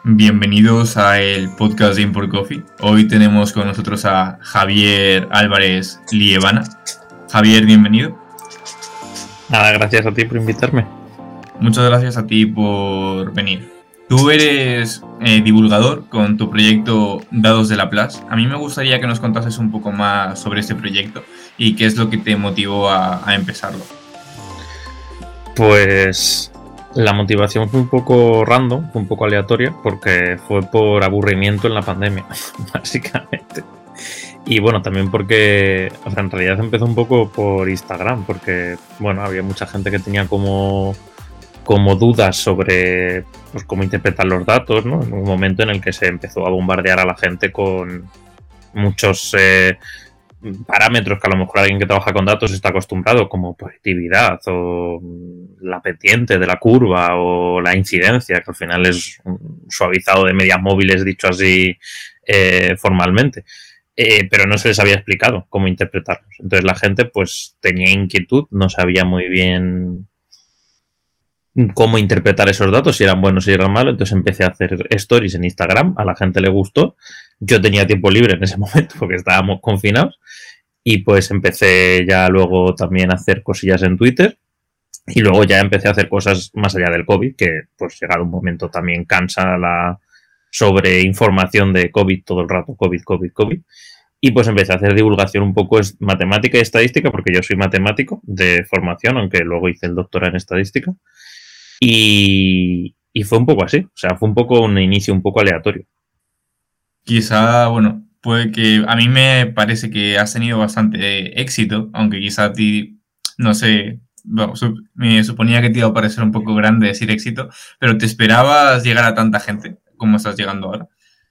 Bienvenidos a el podcast de Import Coffee. Hoy tenemos con nosotros a Javier Álvarez Liebana. Javier, bienvenido. Nada, gracias a ti por invitarme. Muchas gracias a ti por venir. Tú eres divulgador con tu proyecto Dados de Laplace. A mí me gustaría que nos contases un poco más sobre este proyecto y qué es lo que te motivó a empezarlo. Pues la motivación fue un poco random, fue un poco aleatoria, porque fue por aburrimiento en la pandemia, básicamente. Y bueno, también porque, en realidad empezó un poco por Instagram, porque, bueno, había mucha gente que tenía como dudas sobre pues, cómo interpretar los datos, ¿no? En un momento en el que se empezó a bombardear a la gente con muchos parámetros que a lo mejor alguien que trabaja con datos está acostumbrado, como positividad o la pendiente de la curva o la incidencia, que al final es un suavizado de medias móviles, dicho así formalmente. Pero no se les había explicado cómo interpretarlos. Entonces la gente pues tenía inquietud, no sabía muy bien cómo interpretar esos datos, si eran buenos, si eran malos. Entonces empecé a hacer stories en Instagram, a la gente le gustó. Yo tenía tiempo libre en ese momento porque estábamos confinados y pues empecé ya luego también a hacer cosillas en Twitter y luego ya empecé a hacer cosas más allá del COVID, que pues llegado un momento también cansa la sobreinformación de COVID todo el rato, COVID. Y pues empecé a hacer divulgación un poco matemática y estadística, porque yo soy matemático de formación, aunque luego hice el doctorado en estadística. Y fue un poco así, o sea, fue un poco un inicio un poco aleatorio. Quizá, bueno, puede que a mí me parece que has tenido bastante éxito, aunque quizá a ti, no sé, bueno, me suponía que te iba a parecer un poco grande decir éxito, pero ¿te esperabas llegar a tanta gente como estás llegando ahora?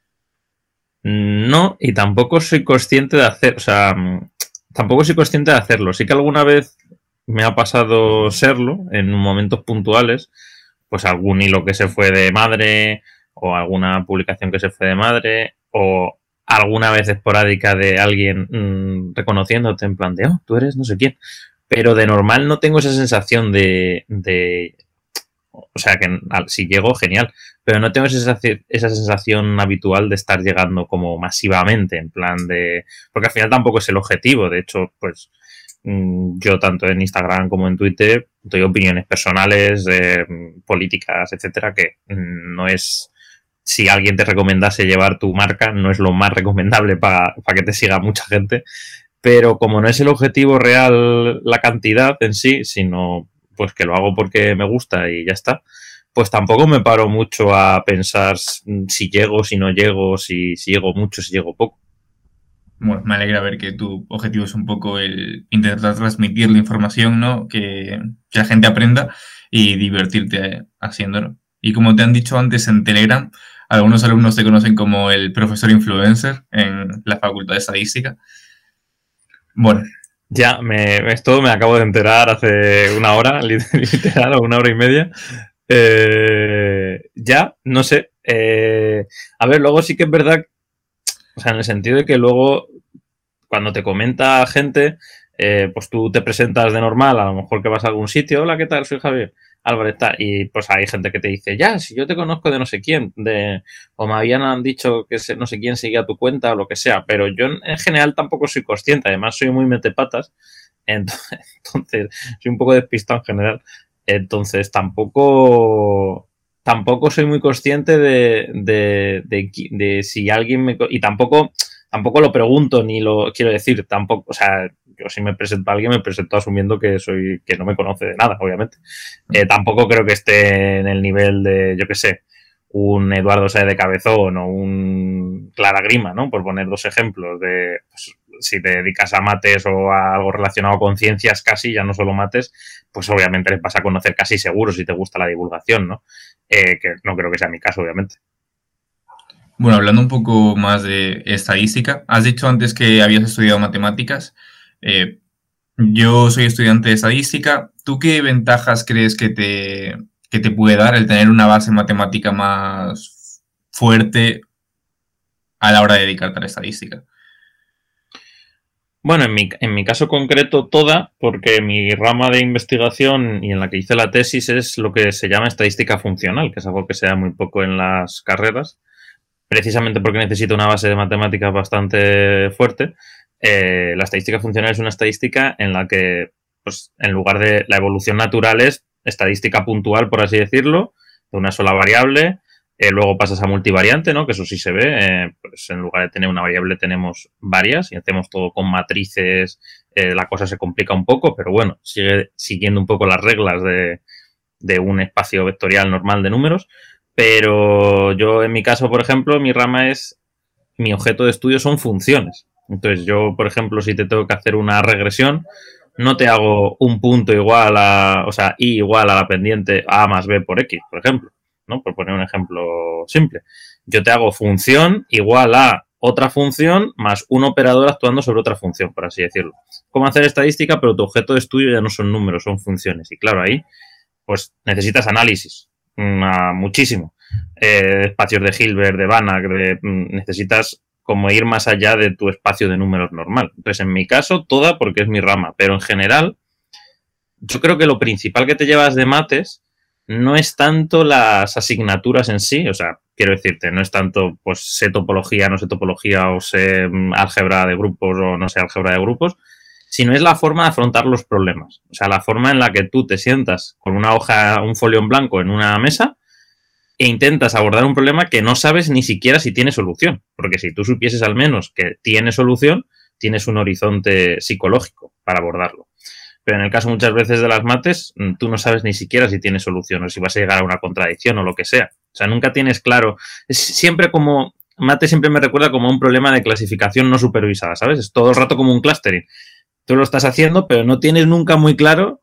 No, y tampoco soy consciente de hacer, o sea, tampoco soy consciente de hacerlo. Sí que alguna vez me ha pasado serlo en momentos puntuales, pues algún hilo que se fue de madre o alguna publicación que se fue de madre o alguna vez esporádica de alguien reconociéndote en plan de, oh, tú eres no sé quién. Pero de normal no tengo esa sensación de o sea que si llego, genial. Pero no tengo esa sensación habitual de estar llegando como masivamente, en plan de... Porque al final tampoco es el objetivo. De hecho, pues yo tanto en Instagram como en Twitter doy opiniones personales, políticas, etcétera, que no es... Si alguien te recomendase llevar tu marca, no es lo más recomendable para que te siga mucha gente. Pero como no es el objetivo real la cantidad en sí, sino pues que lo hago porque me gusta y ya está, pues tampoco me paro mucho a pensar si llego, si no llego, si llego mucho, si llego poco. Bueno, me alegra ver que tu objetivo es un poco el intentar transmitir la información, ¿no? Que la gente aprenda y divertirte haciéndolo. Y como te han dicho antes en Telegram, algunos alumnos te conocen como el profesor influencer en la Facultad de Estadística. Bueno, ya, esto me acabo de enterar hace una hora, literal, o una hora y media. Ya, no sé. A ver, luego sí que es verdad, o sea, en el sentido de que luego, cuando te comenta gente, pues tú te presentas de normal, a lo mejor que vas a algún sitio, hola, ¿qué tal? Soy Javier Álvarez, y pues hay gente que te dice, ya, si yo te conozco de no sé quién, o me habían dicho que no sé quién seguía tu cuenta o lo que sea, pero yo en general tampoco soy consciente, además soy muy metepatas, entonces soy un poco despistado en general, entonces tampoco soy muy consciente de si alguien me... Y tampoco lo pregunto ni lo quiero decir, tampoco, o sea, yo si me presento a alguien me presento asumiendo que no me conoce de nada, obviamente. Tampoco creo que esté en el nivel de, yo qué sé, un Eduardo Saez de Cabezón o un Clara Grima, ¿no? Por poner dos ejemplos de, pues, si te dedicas a mates o a algo relacionado con ciencias casi, ya no solo mates, pues obviamente les vas a conocer casi seguro si te gusta la divulgación, ¿no? Que no creo que sea mi caso, obviamente. bueno, hablando un poco más de estadística, has dicho antes que habías estudiado matemáticas. Eh, yo soy estudiante de estadística. ¿Tú qué ventajas crees que te puede dar el tener una base matemática más fuerte a la hora de dedicarte a la estadística? Bueno, en mi caso concreto toda, porque mi rama de investigación y en la que hice la tesis es lo que se llama estadística funcional, que es algo que se da muy poco en las carreras, precisamente porque necesita una base de matemáticas bastante fuerte. La estadística funcional es una estadística en la que, pues, en lugar de la evolución natural es estadística puntual, por así decirlo, de una sola variable. Luego pasas a multivariante, ¿no? Que eso sí se ve. Pues en lugar de tener una variable tenemos varias y hacemos todo con matrices. La cosa se complica un poco, pero bueno, sigue siguiendo un poco las reglas de un espacio vectorial normal de números. Pero yo, en mi caso, por ejemplo, mi objeto de estudio son funciones. Entonces, yo, por ejemplo, si te tengo que hacer una regresión, no te hago un punto igual a, o sea, i igual a la pendiente a más b por x, por ejemplo, ¿no? Por poner un ejemplo simple. Yo te hago función igual a otra función más un operador actuando sobre otra función, por así decirlo. Cómo hacer estadística, pero tu objeto de estudio ya no son números, son funciones. Y claro, ahí pues necesitas análisis, muchísimo. Espacios de Hilbert, de Banach, necesitas como ir más allá de tu espacio de números normal. Entonces, en mi caso, toda porque es mi rama, pero en general, yo creo que lo principal que te llevas de mates no es tanto las asignaturas en sí, o sea, quiero decirte, no es tanto, pues, sé topología, no sé topología, o sé álgebra de grupos, o no sé álgebra de grupos, sino es la forma de afrontar los problemas. O sea, la forma en la que tú te sientas con una hoja, un folio en blanco en una mesa e intentas abordar un problema que no sabes ni siquiera si tiene solución. Porque si tú supieses al menos que tiene solución, tienes un horizonte psicológico para abordarlo. Pero en el caso muchas veces de las mates, tú no sabes ni siquiera si tiene solución o si vas a llegar a una contradicción o lo que sea. O sea, nunca tienes claro. Es siempre como. Mate siempre me recuerda como un problema de clasificación no supervisada, ¿sabes? Es todo el rato como un clustering. Tú lo estás haciendo, pero no tienes nunca muy claro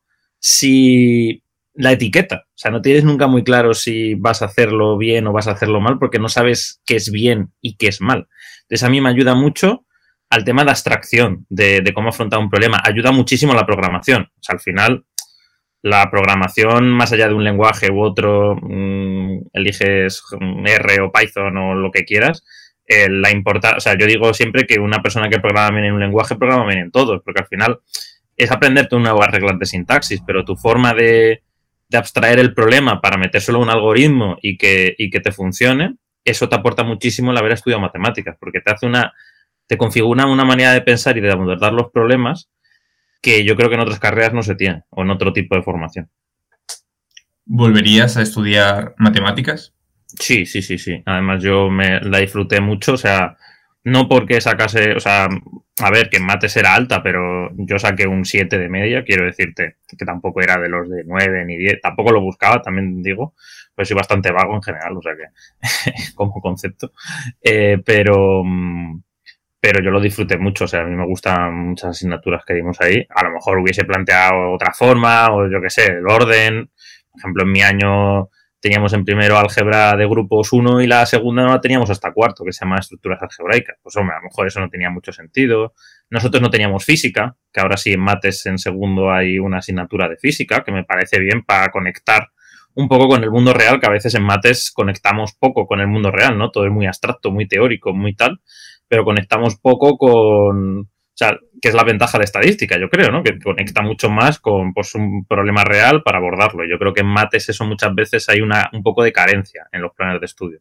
si la etiqueta. O sea, no tienes nunca muy claro si vas a hacerlo bien o vas a hacerlo mal porque no sabes qué es bien y qué es mal. Entonces, a mí me ayuda mucho al tema de abstracción, de cómo afrontar un problema. Ayuda muchísimo a la programación. O sea, al final, la programación, más allá de un lenguaje u otro, eliges R o Python o lo que quieras, o sea, yo digo siempre que una persona que programa bien en un lenguaje programa bien en todos, porque al final es aprenderte nuevas reglas de sintaxis, pero tu forma de abstraer el problema para metérselo a un algoritmo y que te funcione, eso te aporta muchísimo el haber estudiado matemáticas, porque te configura una manera de pensar y de abordar los problemas que yo creo que en otras carreras no se tiene, o en otro tipo de formación. ¿Volverías a estudiar matemáticas? Sí, sí, sí, sí. Además, yo la disfruté mucho, o sea, no porque sacase, o sea, a ver, que en mates era alta, pero yo saqué un 7 de media, quiero decirte, que tampoco era de los de 9 ni 10, tampoco lo buscaba, también digo, pues soy bastante vago en general, o sea que, como concepto. Pero yo lo disfruté mucho, o sea, a mí me gustan muchas asignaturas que dimos ahí. A lo mejor hubiese planteado otra forma, o yo qué sé, el orden. Por ejemplo, en mi año teníamos en primero álgebra de grupos 1 y la segunda no la teníamos hasta cuarto, que se llama estructuras algebraicas. Pues hombre, a lo mejor eso no tenía mucho sentido. Nosotros no teníamos física, que ahora sí en mates en segundo hay una asignatura de física, que me parece bien para conectar un poco con el mundo real, que a veces en mates conectamos poco con el mundo real, ¿no? Todo es muy abstracto, muy teórico, muy tal, pero conectamos poco con, o sea, que es la ventaja de estadística, yo creo, ¿no? Que conecta mucho más con, pues, un problema real para abordarlo. Yo creo que en mates eso muchas veces hay un poco de carencia en los planes de estudio.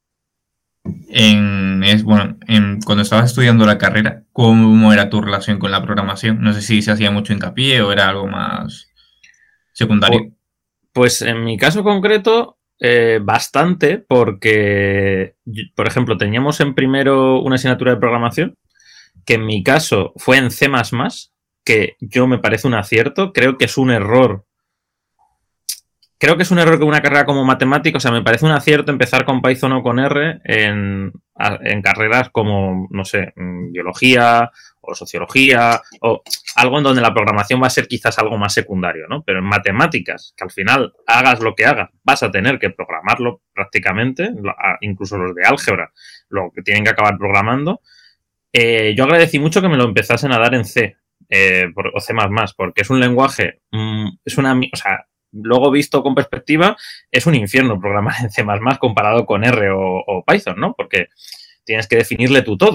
Cuando estabas estudiando la carrera, ¿cómo era tu relación con la programación? No sé si se hacía mucho hincapié o era algo más secundario. Pues en mi caso concreto, bastante, porque, por ejemplo, teníamos en primero una asignatura de programación, que en mi caso fue en C++, que yo me parece un acierto, creo que es un error. Creo que es un error que una carrera como matemática, o sea, me parece un acierto empezar con Python o con R en carreras como, no sé, biología o sociología o algo en donde la programación va a ser quizás algo más secundario, ¿no? Pero en matemáticas, que al final hagas lo que hagas, vas a tener que programarlo prácticamente, incluso los de álgebra, lo que tienen que acabar programando. Yo agradecí mucho que me lo empezasen a dar en C o C++, porque es un lenguaje, o sea, luego visto con perspectiva, es un infierno programar en C++ comparado con R o Python, ¿no? Porque tienes que definirle tú todo.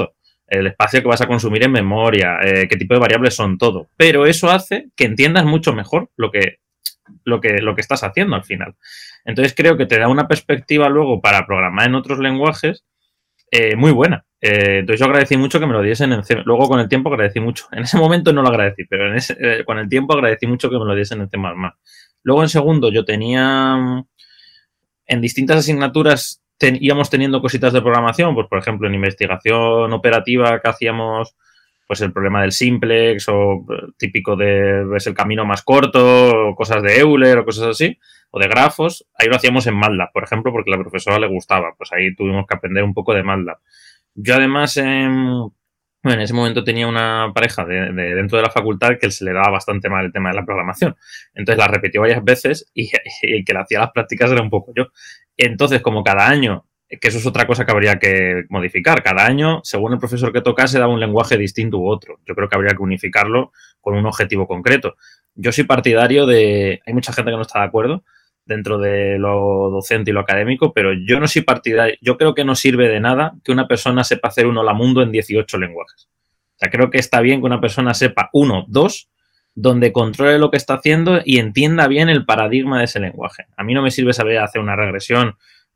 el espacio que vas a consumir en memoria, qué tipo de variables son, todo. Pero eso hace que entiendas mucho mejor lo que estás haciendo al final. Entonces creo que te da una perspectiva luego para programar en otros lenguajes muy buena. Entonces yo agradecí mucho que me lo diesen en C. Luego con el tiempo agradecí mucho. En ese momento no lo agradecí, pero con el tiempo agradecí mucho que me lo diesen en C++. Luego en segundo yo tenía en distintas asignaturas íbamos teniendo cositas de programación, pues por ejemplo en investigación operativa que hacíamos pues el problema del simplex o típico de ves el camino más corto o cosas de Euler o cosas así o de grafos, ahí lo hacíamos en MATLAB, por ejemplo, porque a la profesora le gustaba, pues ahí tuvimos que aprender un poco de MATLAB. Yo además en ese momento tenía una pareja de dentro de la facultad que se le daba bastante mal el tema de la programación. Entonces la repitió varias veces y el que le hacía las prácticas era un poco yo. Entonces, como cada año, que eso es otra cosa que habría que modificar, cada año, según el profesor que tocase, daba un lenguaje distinto u otro. Yo creo que habría que unificarlo con un objetivo concreto. Yo soy partidario de... Hay mucha gente que no está de acuerdo dentro de lo docente y lo académico, pero yo no soy partidario, yo creo que no sirve de nada que una persona sepa hacer un hola mundo en 18 lenguajes. O sea, creo que está bien que una persona sepa 1, 2, donde controle lo que está haciendo y entienda bien el paradigma de ese lenguaje. A mí no me sirve saber hacer una regresión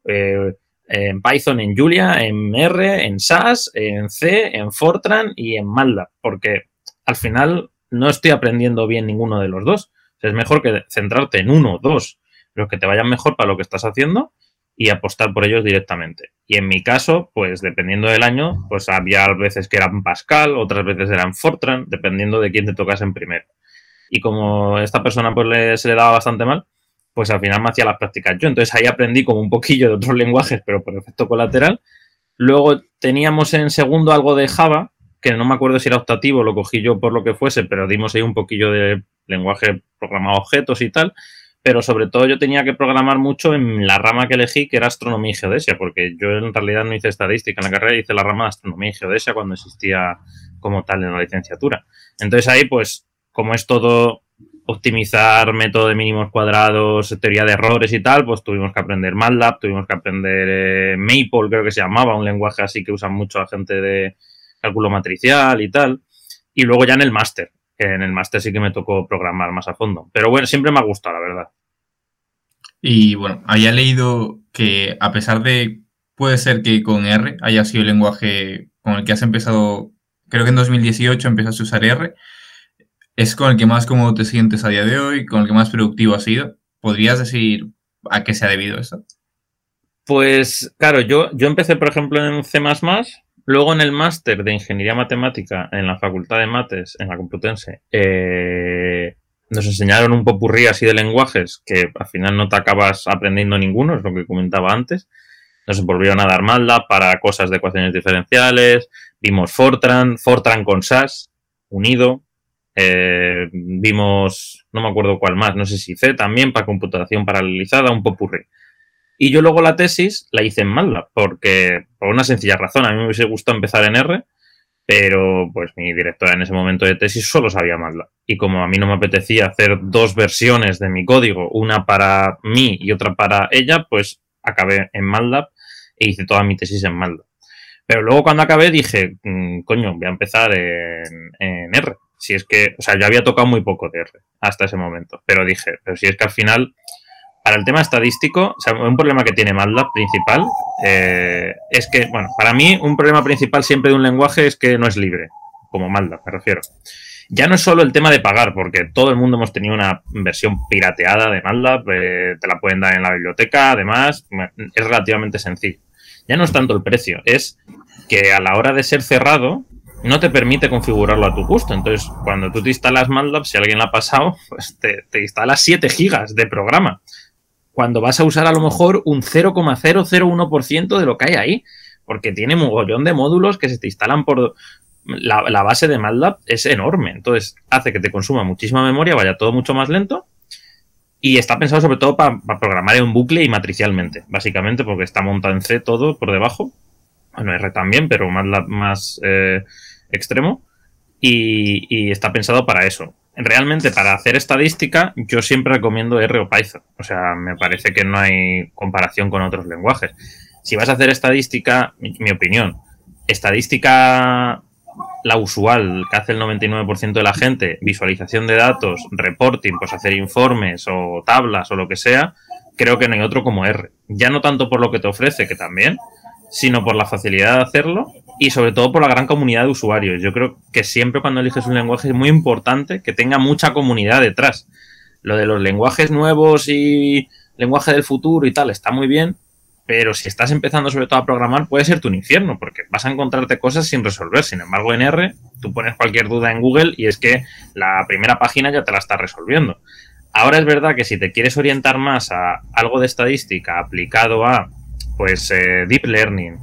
en Python, en Julia, en R, en SAS, en C, en Fortran y en MATLAB, porque al final no estoy aprendiendo bien ninguno de los dos. O sea, es mejor que centrarte en 1, 2, los que te vayan mejor para lo que estás haciendo y apostar por ellos directamente. Y en mi caso, pues dependiendo del año, pues había veces que eran Pascal, otras veces eran Fortran, dependiendo de quién te tocase en primero. Y como esta persona pues se le daba bastante mal, pues al final me hacía las prácticas yo. Entonces ahí aprendí como un poquillo de otros lenguajes, pero por efecto colateral. Luego teníamos en segundo algo de Java, que no me acuerdo si era optativo, lo cogí yo por lo que fuese, pero dimos ahí un poquillo de lenguaje programado objetos y tal. Pero sobre todo yo tenía que programar mucho en la rama que elegí, que era astronomía y geodesia, porque yo en realidad no hice estadística en la carrera, hice la rama de astronomía y geodesia cuando existía como tal en la licenciatura. Entonces ahí, pues, como es todo optimizar método de mínimos cuadrados, teoría de errores y tal, pues tuvimos que aprender MATLAB, tuvimos que aprender Maple, creo que se llamaba, un lenguaje así que usan mucho la gente de cálculo matricial y tal. Y luego ya en el máster, que en el máster sí que me tocó programar más a fondo. Pero bueno, siempre me ha gustado, la verdad. Y bueno, había leído que a pesar de, puede ser que con R haya sido el lenguaje con el que has empezado, creo que en 2018 empezaste a usar R, es con el que más cómodo te sientes a día de hoy, con el que más productivo has sido. ¿Podrías decir a qué se ha debido eso? Pues claro, yo empecé, por ejemplo, en C++, luego en el máster de Ingeniería Matemática en la Facultad de Mates, en la Complutense, nos enseñaron un popurrí así de lenguajes que al final no te acabas aprendiendo ninguno, es lo que comentaba antes. Nos volvieron a dar MATLAB para cosas de ecuaciones diferenciales, vimos Fortran con SAS unido, vimos, no me acuerdo cuál más, no sé si C también para computación paralelizada, un popurrí. Y yo luego la tesis la hice en MATLAB, porque por una sencilla razón, a mí me hubiese gustado empezar en R, pero pues mi directora en ese momento de tesis solo sabía MATLAB. Y como a mí no me apetecía hacer dos versiones de mi código, una para mí y otra para ella, pues acabé en MATLAB e hice toda mi tesis en MATLAB. Pero luego cuando acabé dije, coño, voy a empezar en R. Si es que, o sea, yo había tocado muy poco de R hasta ese momento, pero dije, pero si es que al final, para el tema estadístico, o sea, un problema que tiene MATLAB principal es que, bueno, para mí un problema principal siempre de un lenguaje es que no es libre, como MATLAB, me refiero. Ya no es solo el tema de pagar, porque todo el mundo hemos tenido una versión pirateada de MATLAB, te la pueden dar en la biblioteca, además, es relativamente sencillo. Ya no es tanto el precio, es que a la hora de ser cerrado no te permite configurarlo a tu gusto. Entonces, cuando tú te instalas MATLAB, si alguien lo ha pasado, pues te instalas 7 gigas de programa. Cuando vas a usar a lo mejor un 0,001% de lo que hay ahí, porque tiene un mogollón de módulos que se te instalan por... La base de MATLAB es enorme, entonces hace que te consuma muchísima memoria, vaya todo mucho más lento. Y está pensado sobre todo para programar en bucle y matricialmente, básicamente porque está montado en C todo por debajo. Bueno, R también, pero MATLAB más extremo. Y está pensado para eso. Realmente, para hacer estadística, yo siempre recomiendo R o Python. O sea, me parece que no hay comparación con otros lenguajes. Si vas a hacer estadística, mi opinión, estadística, la usual que hace el 99% de la gente, visualización de datos, reporting, pues hacer informes o tablas o lo que sea, creo que no hay otro como R. Ya no tanto por lo que te ofrece, que también, sino por la facilidad de hacerlo y sobre todo por la gran comunidad de usuarios. Yo creo que siempre cuando eliges un lenguaje es muy importante que tenga mucha comunidad detrás. Lo de los lenguajes nuevos y lenguaje del futuro y tal está muy bien, pero si estás empezando sobre todo a programar puede ser un infierno porque vas a encontrarte cosas sin resolver. Sin embargo, en R tú pones cualquier duda en Google y es que la primera página ya te la está resolviendo. Ahora es verdad que si te quieres orientar más a algo de estadística aplicado a pues deep learning,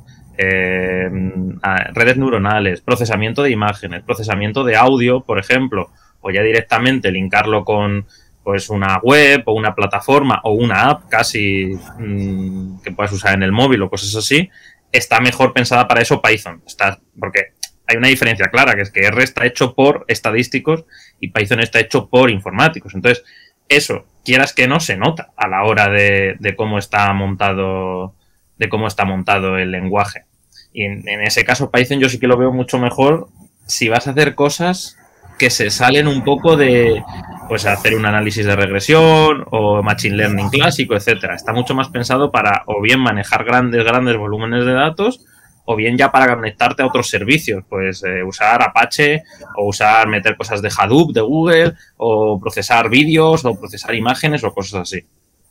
a redes neuronales, procesamiento de imágenes, procesamiento de audio, por ejemplo, o ya directamente linkarlo con pues una web o una plataforma o una app casi que puedas usar en el móvil o cosas así, está mejor pensada para eso Python. Porque hay una diferencia clara, que es que R está hecho por estadísticos y Python está hecho por informáticos. Entonces, eso, quieras que no, se nota a la hora de cómo está montado el lenguaje. Y en ese caso Python yo sí que lo veo mucho mejor si vas a hacer cosas que se salen un poco de pues hacer un análisis de regresión o machine learning clásico, etcétera. Está mucho más pensado para o bien manejar grandes volúmenes de datos o bien ya para conectarte a otros servicios, pues usar Apache o meter cosas de Hadoop de Google o procesar vídeos o procesar imágenes o cosas así.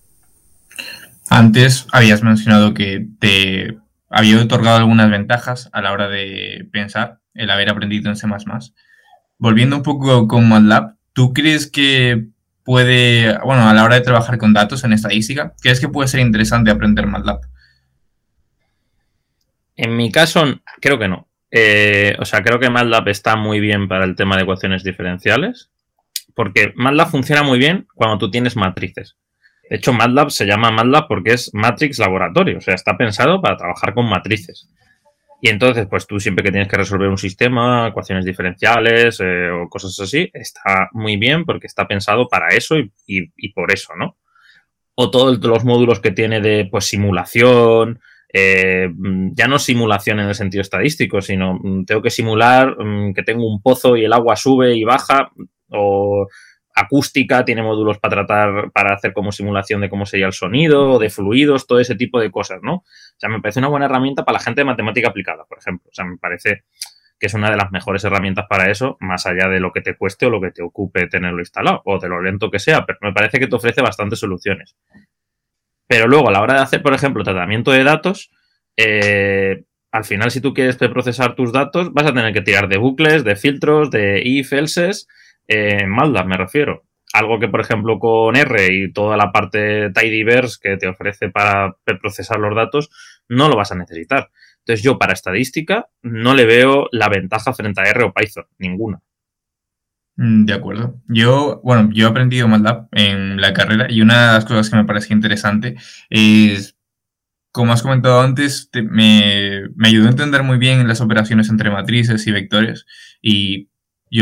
Antes habías mencionado que te había otorgado algunas ventajas a la hora de pensar el haber aprendido en C++. Volviendo un poco con MATLAB, ¿tú crees que puede, bueno, a la hora de trabajar con datos en estadística, crees que puede ser interesante aprender MATLAB? En mi caso, creo que no. Creo que MATLAB está muy bien para el tema de ecuaciones diferenciales, porque MATLAB funciona muy bien cuando tú tienes matrices. De hecho, MATLAB se llama MATLAB porque es Matrix Laboratorio, o sea, está pensado para trabajar con matrices. Y entonces, pues tú siempre que tienes que resolver un sistema, ecuaciones diferenciales o cosas así, está muy bien porque está pensado para eso y por eso, ¿no? O todos los módulos que tiene de pues simulación, ya no simulación en el sentido estadístico, sino tengo que simular que tengo un pozo y el agua sube y baja, o acústica, tiene módulos para hacer como simulación de cómo sería el sonido, de fluidos, todo ese tipo de cosas, ¿no? O sea, me parece una buena herramienta para la gente de matemática aplicada, por ejemplo. O sea, me parece que es una de las mejores herramientas para eso, más allá de lo que te cueste o lo que te ocupe tenerlo instalado, o de lo lento que sea, pero me parece que te ofrece bastantes soluciones. Pero luego, a la hora de hacer, por ejemplo, tratamiento de datos, al final, si tú quieres procesar tus datos, vas a tener que tirar de bucles, de filtros, de if, elses, MATLAB me refiero. Algo que, por ejemplo, con R y toda la parte tidyverse que te ofrece para procesar los datos, no lo vas a necesitar. Entonces, yo para estadística no le veo la ventaja frente a R o Python, ninguna. De acuerdo. Yo he aprendido MATLAB en la carrera y una de las cosas que me parece interesante es, como has comentado antes, me ayudó a entender muy bien las operaciones entre matrices y vectores y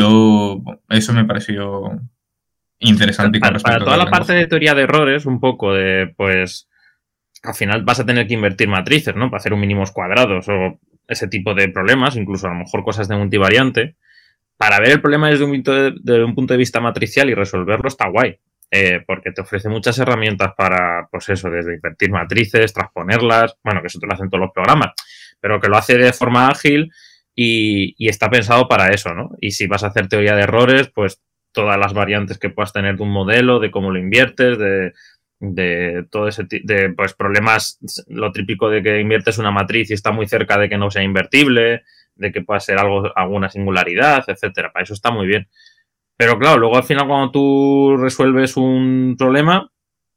eso me pareció interesante con Para respecto a toda otros la parte lenguajes. de teoría de errores, un poco de, pues, al final vas a tener que invertir matrices, ¿no? Para hacer un mínimos cuadrados o ese tipo de problemas, incluso a lo mejor cosas de multivariante. Para ver el problema desde un punto de vista matricial y resolverlo está guay, porque te ofrece muchas herramientas para, pues eso, desde invertir matrices, transponerlas, bueno, que eso te lo hacen todos los programas, pero que lo hace de forma ágil y está pensado para eso, ¿no? Y si vas a hacer teoría de errores, pues todas las variantes que puedas tener de un modelo, de cómo lo inviertes, de todo ese tipo de pues, problemas, lo típico de que inviertes una matriz y está muy cerca de que no sea invertible, de que pueda ser alguna singularidad, etcétera. Para eso está muy bien. Pero claro, luego al final cuando tú resuelves un problema,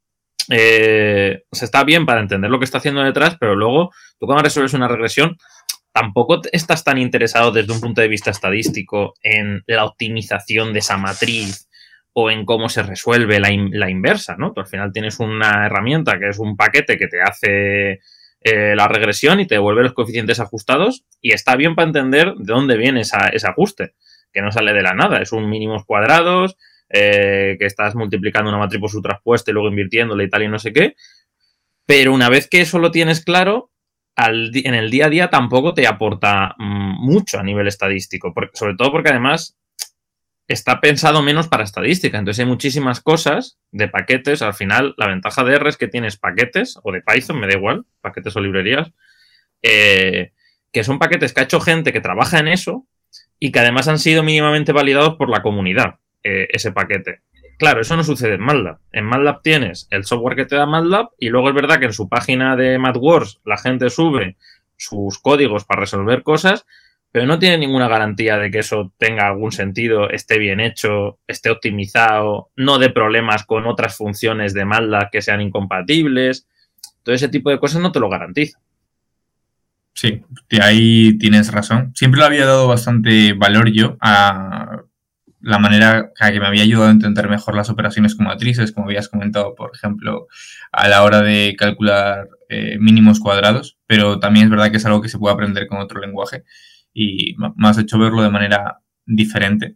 está bien para entender lo que está haciendo detrás, pero luego tú cuando resuelves una regresión, tampoco estás tan interesado desde un punto de vista estadístico en la optimización de esa matriz o en cómo se resuelve la inversa, ¿no? Tú al final tienes una herramienta que es un paquete que te hace la regresión y te devuelve los coeficientes ajustados y está bien para entender de dónde viene ese ajuste, que no sale de la nada, es un mínimos cuadrados, que estás multiplicando una matriz por su traspuesta y luego invirtiéndole y tal y no sé qué, pero una vez que eso lo tienes claro, en el día a día tampoco te aporta mucho a nivel estadístico, sobre todo porque además está pensado menos para estadística. Entonces hay muchísimas cosas de paquetes. Al final, la ventaja de R es que tienes paquetes, o de Python, me da igual, paquetes o librerías, que son paquetes que ha hecho gente que trabaja en eso y que además han sido mínimamente validados por la comunidad, ese paquete. Claro, eso no sucede en MATLAB. En MATLAB tienes el software que te da MATLAB y luego es verdad que en su página de MathWorks la gente sube sus códigos para resolver cosas, pero no tiene ninguna garantía de que eso tenga algún sentido, esté bien hecho, esté optimizado, no dé problemas con otras funciones de MATLAB que sean incompatibles. Todo ese tipo de cosas no te lo garantiza. Sí, ahí tienes razón. Siempre le había dado bastante valor yo a la manera que me había ayudado a entender mejor las operaciones con matrices, como habías comentado, por ejemplo, a la hora de calcular mínimos cuadrados, pero también es verdad que es algo que se puede aprender con otro lenguaje y me has hecho verlo de manera diferente.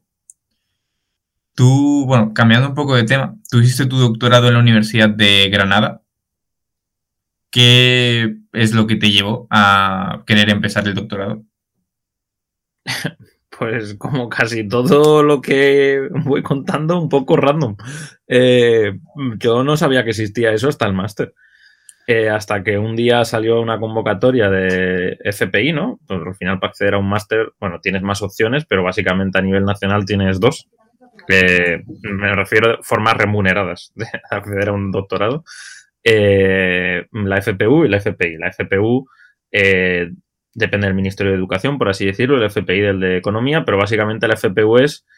Tú, bueno, cambiando un poco de tema, tú hiciste tu doctorado en la Universidad de Granada. ¿Qué es lo que te llevó a querer empezar el doctorado? Pues como casi todo lo que voy contando, un poco random. Yo no sabía que existía eso hasta el máster. Hasta que un día salió una convocatoria de FPI, ¿no? Pues al final para acceder a un máster, bueno, tienes más opciones, pero básicamente a nivel nacional tienes dos. Me refiero a formas remuneradas de acceder a un doctorado. La FPU y la FPI. La FPU depende del Ministerio de Educación, por así decirlo, el FPI del de Economía, pero básicamente la FPU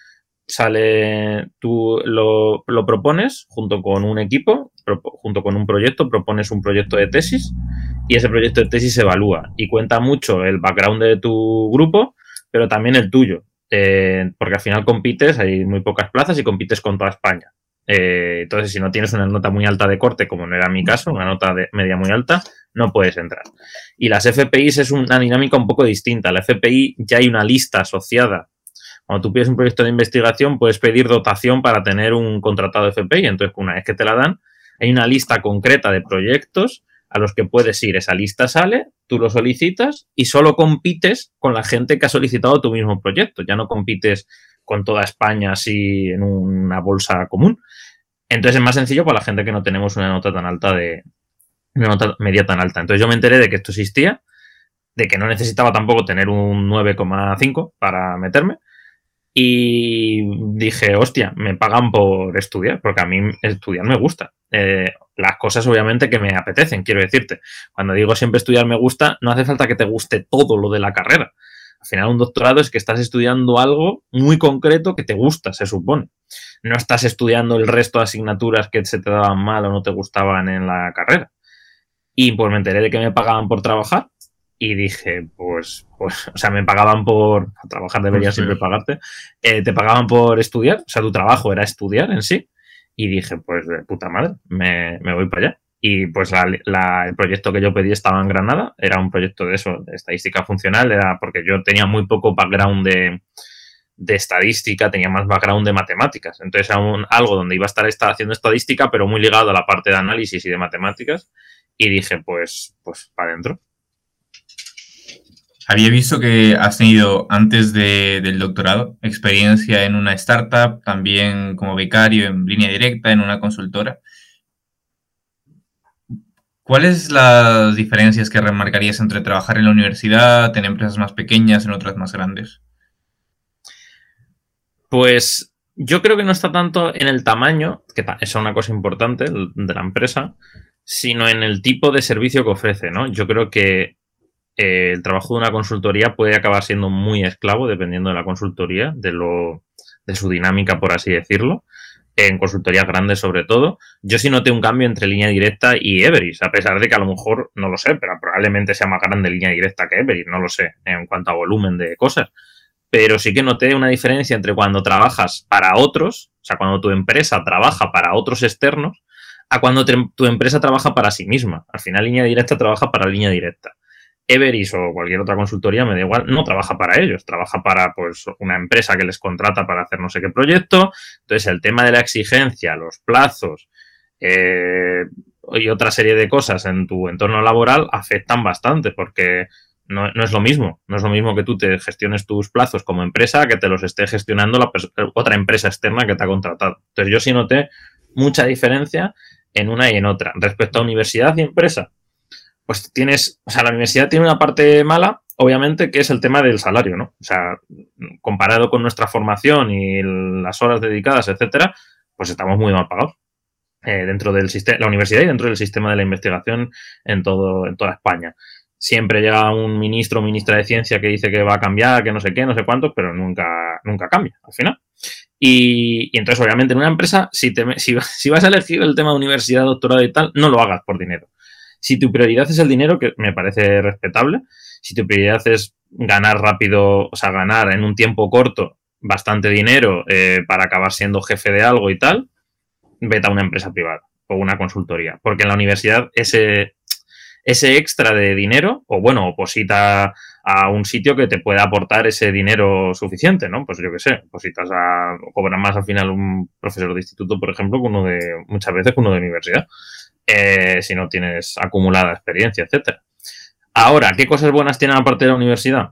tú lo propones junto con un equipo, junto con un proyecto, propones un proyecto de tesis y ese proyecto de tesis se evalúa y cuenta mucho el background de tu grupo, pero también el tuyo, porque al final compites, hay muy pocas plazas y compites con toda España. Entonces, si no tienes una nota muy alta de corte, como no era mi caso, una nota de media muy alta, no puedes entrar. Y las FPIs es una dinámica un poco distinta. La FPI ya hay una lista asociada. Cuando tú pides un proyecto de investigación, puedes pedir dotación para tener un contratado de FPI. Entonces, una vez que te la dan, hay una lista concreta de proyectos a los que puedes ir. Esa lista sale, tú lo solicitas y solo compites con la gente que ha solicitado tu mismo proyecto. Ya no compites con toda España así en una bolsa común. Entonces es más sencillo para la gente que no tenemos una nota tan alta una nota media tan alta. Entonces yo me enteré de que esto existía, de que no necesitaba tampoco tener un 9,5 para meterme y dije, hostia, me pagan por estudiar, porque a mí estudiar me gusta. Las cosas obviamente que me apetecen, quiero decirte. Cuando digo siempre estudiar me gusta, no hace falta que te guste todo lo de la carrera. Al final un doctorado es que estás estudiando algo muy concreto que te gusta, se supone. No estás estudiando el resto de asignaturas que se te daban mal o no te gustaban en la carrera. Y pues me enteré de que me pagaban por trabajar y dije, o sea, me pagaban por trabajar, debería siempre pagarte. Te pagaban por estudiar, o sea, tu trabajo era estudiar en sí. Y dije, pues de puta madre, me voy para allá. Y pues el proyecto que yo pedí estaba en Granada, era un proyecto de eso, de estadística funcional, era porque yo tenía muy poco background de estadística, tenía más background de matemáticas. Entonces era algo donde iba a estar haciendo estadística, pero muy ligado a la parte de análisis y de matemáticas. Y dije, pues para adentro. Había visto que has tenido, antes del doctorado, experiencia en una startup, también como becario en línea directa, en una consultora. ¿Cuáles las diferencias que remarcarías entre trabajar en la universidad, en empresas más pequeñas, en otras más grandes? Pues yo creo que no está tanto en el tamaño, que es una cosa importante de la empresa, sino en el tipo de servicio que ofrece, ¿no? Yo creo que el trabajo de una consultoría puede acabar siendo muy esclavo, dependiendo de la consultoría, de su dinámica, por así decirlo. En consultorías grandes, sobre todo. Yo sí noté un cambio entre línea directa y Everis, a pesar de que a lo mejor, no lo sé, pero probablemente sea más grande línea directa que Everis, no lo sé, en cuanto a volumen de cosas. Pero sí que noté una diferencia entre cuando trabajas para otros, o sea, cuando tu empresa trabaja para otros externos, a cuando tu empresa trabaja para sí misma. Al final, línea directa trabaja para línea directa. Everis o cualquier otra consultoría, me da igual, no trabaja para ellos, trabaja para pues una empresa que les contrata para hacer no sé qué proyecto. Entonces, el tema de la exigencia, los plazos, y otra serie de cosas en tu entorno laboral afectan bastante, porque no es lo mismo. No es lo mismo que tú te gestiones tus plazos como empresa que te los esté gestionando otra empresa externa que te ha contratado. Entonces yo sí noté mucha diferencia en una y en otra. Respecto a universidad y empresa, pues la universidad tiene una parte mala, obviamente, que es el tema del salario, ¿no? O sea, comparado con nuestra formación y las horas dedicadas, etcétera, pues estamos muy mal pagados dentro del sistema, la universidad y dentro del sistema de la investigación en toda España. Siempre llega un ministro o ministra de ciencia que dice que va a cambiar, que no sé qué, no sé cuántos, pero nunca cambia al final. Y entonces, obviamente, en una empresa, si vas a elegir el tema de universidad, doctorado y tal, no lo hagas por dinero. Si tu prioridad es el dinero, que me parece respetable, si tu prioridad es ganar rápido, o sea, ganar en un tiempo corto bastante dinero para acabar siendo jefe de algo y tal, vete a una empresa privada o una consultoría. Porque en la universidad ese extra de dinero, o bueno, oposita a un sitio que te pueda aportar ese dinero suficiente, ¿no? Pues yo qué sé, cobran más al final un profesor de instituto, por ejemplo, muchas veces que uno de universidad, si no tienes acumulada experiencia, etcétera. Ahora, ¿qué cosas buenas tiene aparte de la universidad?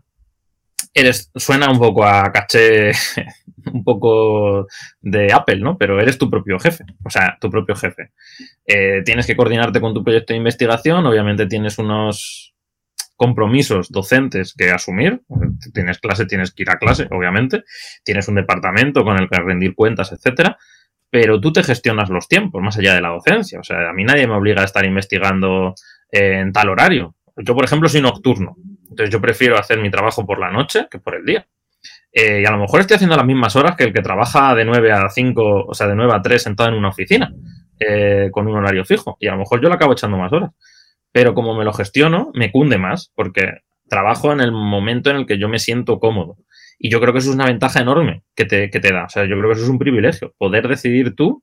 Suena un poco a caché, un poco de Apple, ¿no? Pero eres tu propio jefe, o sea, tu propio jefe. Tienes que coordinarte con tu proyecto de investigación, obviamente tienes unos compromisos docentes que asumir, tienes clase, tienes que ir a clase, obviamente, tienes un departamento con el que rendir cuentas, etcétera, pero tú te gestionas los tiempos, más allá de la docencia, o sea, a mí nadie me obliga a estar investigando en tal horario. Yo, por ejemplo, soy nocturno, entonces yo prefiero hacer mi trabajo por la noche que por el día. Y a lo mejor estoy haciendo las mismas horas que el que trabaja de 9 a 5, o sea, de 9 a 3 sentado en una oficina, con un horario fijo. Y a lo mejor yo le acabo echando más horas. Pero como me lo gestiono, me cunde más, porque trabajo en el momento en el que yo me siento cómodo. Y yo creo que eso es una ventaja enorme que te da. O sea, yo creo que eso es un privilegio. Poder decidir tú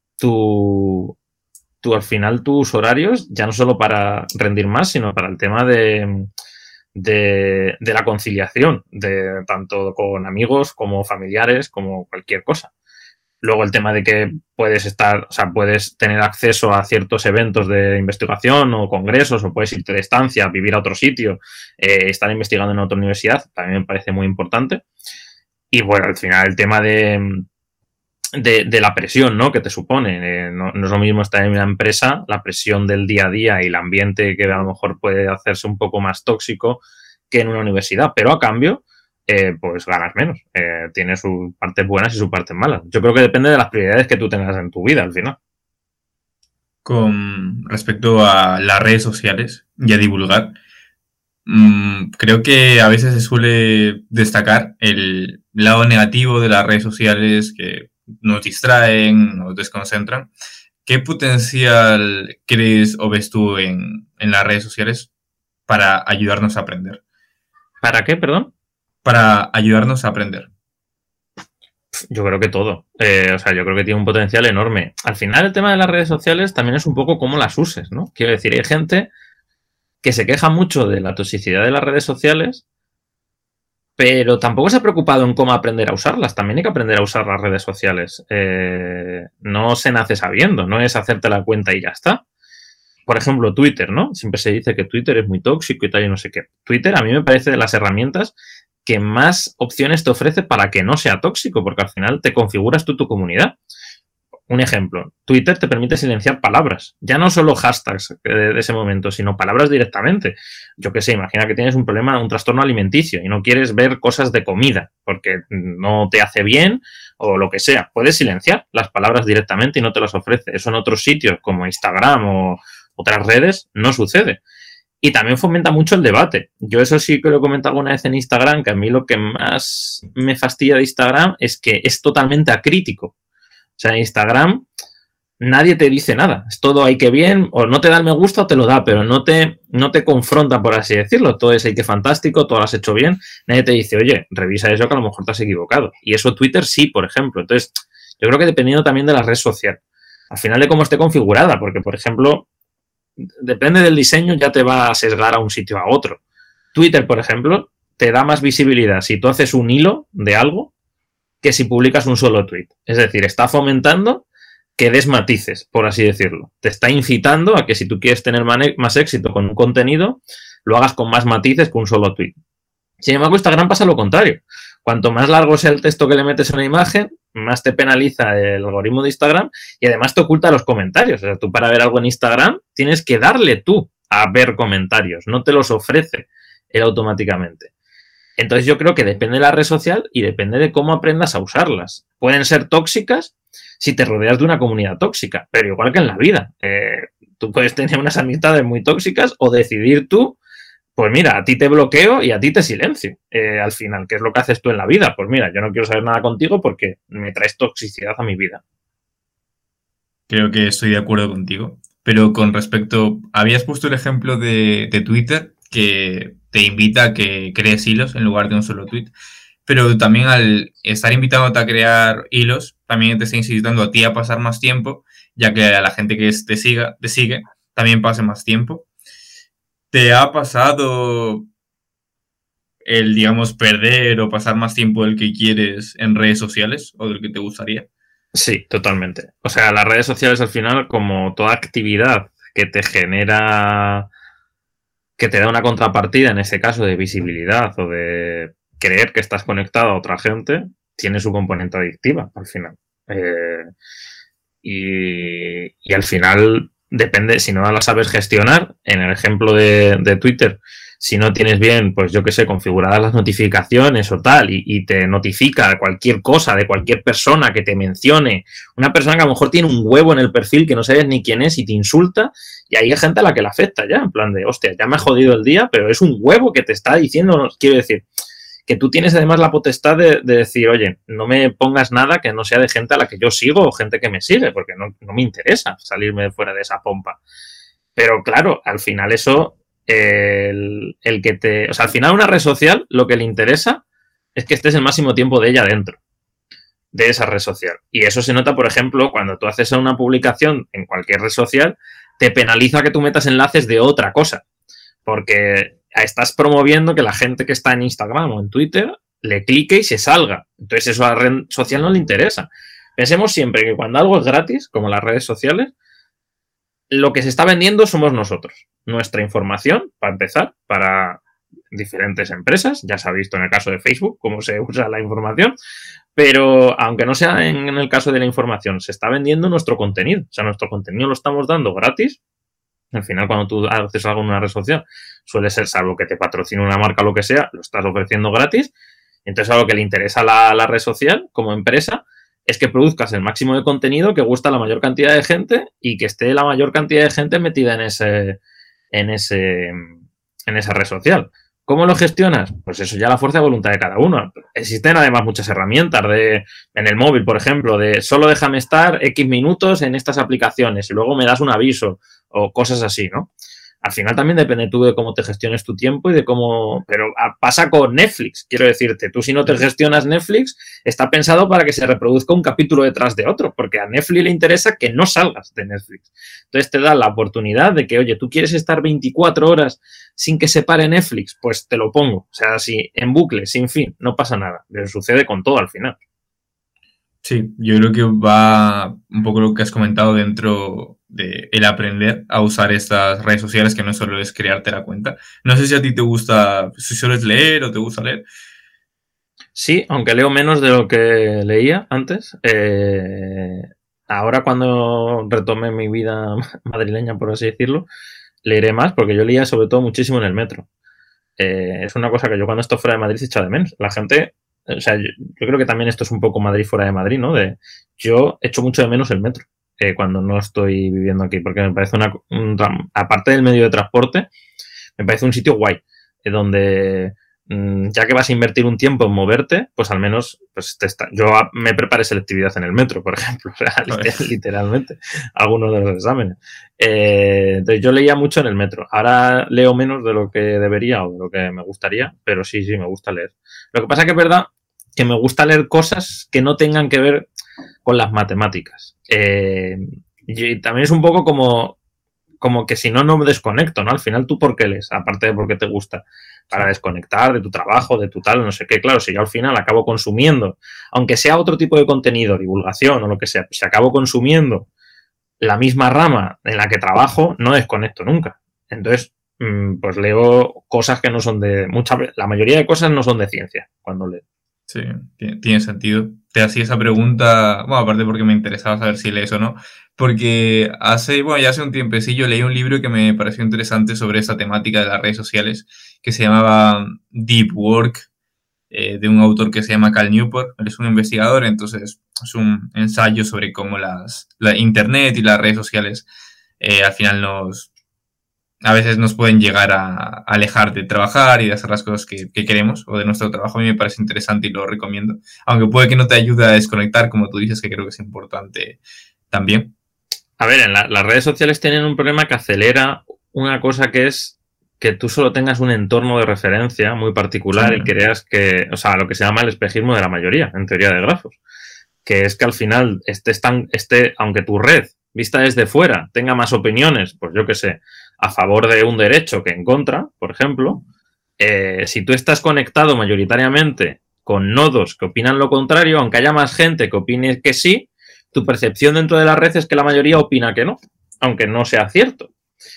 al final tus horarios, ya no solo para rendir más, sino para el tema de la conciliación, de tanto con amigos como familiares, como cualquier cosa. Luego el tema de que puedes tener acceso a ciertos eventos de investigación o congresos, o puedes irte de estancia, vivir a otro sitio, estar investigando en otra universidad, también me parece muy importante. Y bueno, al final el tema de la presión, ¿no?, que te supone. No es lo mismo estar en una empresa, la presión del día a día y el ambiente que a lo mejor puede hacerse un poco más tóxico que en una universidad, pero a cambio, pues ganas menos. Tiene sus partes buenas y sus partes malas. Yo creo que depende de las prioridades que tú tengas en tu vida al final. Con respecto a las redes sociales y a divulgar, creo que a veces se suele destacar el lado negativo de las redes sociales, que nos distraen, nos desconcentran. ¿Qué potencial crees o ves tú en las redes sociales para ayudarnos a aprender? ¿Para qué, perdón? Para ayudarnos a aprender. Yo creo que todo. Yo creo que tiene un potencial enorme. Al final, el tema de las redes sociales también es un poco cómo las uses, ¿no? Quiero decir, hay gente que se queja mucho de la toxicidad de las redes sociales, pero tampoco se ha preocupado en cómo aprender a usarlas. También hay que aprender a usar las redes sociales. No se nace sabiendo, no es hacerte la cuenta y ya está. Por ejemplo, Twitter, ¿no? Siempre se dice que Twitter es muy tóxico y tal y no sé qué. Twitter a mí me parece de las herramientas que más opciones te ofrece para que no sea tóxico, porque al final te configuras tú tu comunidad. Un ejemplo, Twitter te permite silenciar palabras, ya no solo hashtags de ese momento, sino palabras directamente. Yo qué sé, imagina que tienes un problema, un trastorno alimenticio y no quieres ver cosas de comida porque no te hace bien o lo que sea. Puedes silenciar las palabras directamente y no te las ofrece. Eso en otros sitios como Instagram o otras redes no sucede. Y también fomenta mucho el debate. Yo eso sí que lo he comentado alguna vez en Instagram, que a mí lo que más me fastidia de Instagram es que es totalmente acrítico. O sea, en Instagram nadie te dice nada. Es todo hay que bien, o no te da el me gusta o te lo da, pero no te confronta, por así decirlo. Todo es hay que fantástico, todo lo has hecho bien. Nadie te dice, oye, revisa eso que a lo mejor te has equivocado. Y eso Twitter sí, por ejemplo. Entonces, yo creo que dependiendo también de la red social. Al final de cómo esté configurada, porque, por ejemplo, depende del diseño, ya te va a sesgar a un sitio a otro. Twitter, por ejemplo, te da más visibilidad si tú haces un hilo de algo que si publicas un solo tweet. Es decir, está fomentando que des matices, por así decirlo. Te está incitando a que si tú quieres tener más éxito con un contenido, lo hagas con más matices que un solo tweet. Sin embargo, Instagram pasa lo contrario. Cuanto más largo sea el texto que le metes a una imagen, más te penaliza el algoritmo de Instagram y además te oculta los comentarios. O sea, tú para ver algo en Instagram tienes que darle tú a ver comentarios, no te los ofrece él automáticamente. Entonces yo creo que depende de la red social y depende de cómo aprendas a usarlas. Pueden ser tóxicas si te rodeas de una comunidad tóxica, pero igual que en la vida. Tú puedes tener unas amistades muy tóxicas o decidir tú, pues mira, a ti te bloqueo y a ti te silencio. Al final, ¿qué es lo que haces tú en la vida? Pues mira, yo no quiero saber nada contigo porque me traes toxicidad a mi vida. Creo que estoy de acuerdo contigo. Pero con respecto, habías puesto el ejemplo de Twitter, que te invita a que crees hilos en lugar de un solo tweet. Pero también al estar invitándote a crear hilos, también te está incitando a ti a pasar más tiempo, ya que a la gente que te sigue, también pase más tiempo. ¿Te ha pasado el, digamos, perder o pasar más tiempo del que quieres en redes sociales o del que te gustaría? Sí, totalmente. O sea, las redes sociales al final, como toda actividad que te genera, que te da una contrapartida, en este caso de visibilidad o de creer que estás conectado a otra gente, tiene su componente adictiva al final. Y al final depende, si no la sabes gestionar, en el ejemplo de Twitter, si no tienes bien, pues yo qué sé, configuradas las notificaciones o tal, y te notifica cualquier cosa de cualquier persona que te mencione, una persona que a lo mejor tiene un huevo en el perfil que no sabes ni quién es y te insulta, y hay gente a la que le afecta ya, en plan de, hostia, ya me ha jodido el día, pero es un huevo que te está diciendo, quiero decir, que tú tienes además la potestad de decir, oye, no me pongas nada que no sea de gente a la que yo sigo o gente que me sigue, porque no me interesa salirme fuera de esa pompa. Pero claro, al final eso, el que te... O sea, al final una red social lo que le interesa es que estés el máximo tiempo de ella dentro, de esa red social. Y eso se nota, por ejemplo, cuando tú haces una publicación en cualquier red social, te penaliza que tú metas enlaces de otra cosa. Porque estás promoviendo que la gente que está en Instagram o en Twitter le clique y se salga. Entonces eso a la red social no le interesa. Pensemos siempre que cuando algo es gratis, como las redes sociales, lo que se está vendiendo somos nosotros. Nuestra información, para empezar, para diferentes empresas. Ya se ha visto en el caso de Facebook cómo se usa la información. Pero aunque no sea en el caso de la información, se está vendiendo nuestro contenido. O sea, nuestro contenido lo estamos dando gratis. Al final, cuando tú haces algo en una red social, suele ser, salvo que te patrocine una marca o lo que sea, lo estás ofreciendo gratis. Entonces, a lo que le interesa a la red social como empresa es que produzcas el máximo de contenido que gusta a la mayor cantidad de gente y que esté la mayor cantidad de gente metida en esa red social. ¿Cómo lo gestionas? Pues eso ya la fuerza de voluntad de cada uno. Existen además muchas herramientas en el móvil, por ejemplo, de solo déjame estar X minutos en estas aplicaciones y luego me das un aviso o cosas así, ¿no? Al final también depende tú de cómo te gestiones tu tiempo y de cómo... Pero pasa con Netflix, quiero decirte. Tú si no te gestionas Netflix, está pensado para que se reproduzca un capítulo detrás de otro, porque a Netflix le interesa que no salgas de Netflix. Entonces te da la oportunidad de que, oye, tú quieres estar 24 horas sin que se pare Netflix, pues te lo pongo. O sea, si en bucle, sin fin, no pasa nada. Pero sucede con todo al final. Sí, yo creo que va un poco lo que has comentado dentro de el aprender a usar estas redes sociales, que no solo es crearte la cuenta. No sé si a ti te gusta, si sueles leer o te gusta leer. Sí, aunque leo menos de lo que leía antes. Ahora cuando retome mi vida madrileña, por así decirlo, leeré más, porque yo leía sobre todo muchísimo en el metro. Es una cosa que yo cuando estoy fuera de Madrid echo de menos. La gente, o sea, yo creo que también esto es un poco Madrid fuera de Madrid, ¿no? Yo echo mucho de menos el metro cuando no estoy viviendo aquí, porque me parece aparte del medio de transporte, me parece un sitio guay, donde ya que vas a invertir un tiempo en moverte, pues al menos pues yo me preparé selectividad en el metro, por ejemplo, o sea, literalmente, algunos de los exámenes. Entonces yo leía mucho en el metro. Ahora leo menos de lo que debería o de lo que me gustaría, pero sí, me gusta leer. Lo que pasa que es verdad que me gusta leer cosas que no tengan que ver con las matemáticas. Y también es un poco como que si no me desconecto, ¿no? Al final, ¿tú por qué lees? Aparte de porque te gusta. para desconectar de tu trabajo, de tu tal, no sé qué. Claro, si yo al final acabo consumiendo, aunque sea otro tipo de contenido, divulgación o lo que sea, pues si acabo consumiendo la misma rama en la que trabajo, no desconecto nunca. Entonces, pues leo cosas que no son de... la mayoría de cosas no son de ciencia cuando leo. Sí, tiene sentido. Te hacía esa pregunta, bueno, aparte porque me interesaba saber si lees o no, porque ya hace un tiempecillo leí un libro que me pareció interesante sobre esa temática de las redes sociales, que se llamaba Deep Work, de un autor que se llama Cal Newport. Él es un investigador, entonces es un ensayo sobre cómo la Internet y las redes sociales al final a veces nos pueden llegar a alejar de trabajar y de hacer las cosas que queremos o de nuestro trabajo. A mí me parece interesante y lo recomiendo. Aunque puede que no te ayude a desconectar, como tú dices, que creo que es importante también. A ver, las redes sociales tienen un problema que acelera una cosa que es que tú solo tengas un entorno de referencia muy particular y creas que, o sea, lo que se llama el espejismo de la mayoría, en teoría de grafos, que es que al final aunque tu red vista desde fuera tenga más opiniones, pues yo qué sé, a favor de un derecho que en contra, por ejemplo, si tú estás conectado mayoritariamente con nodos que opinan lo contrario, aunque haya más gente que opine que sí, tu percepción dentro de la red es que la mayoría opina que no, aunque no sea cierto.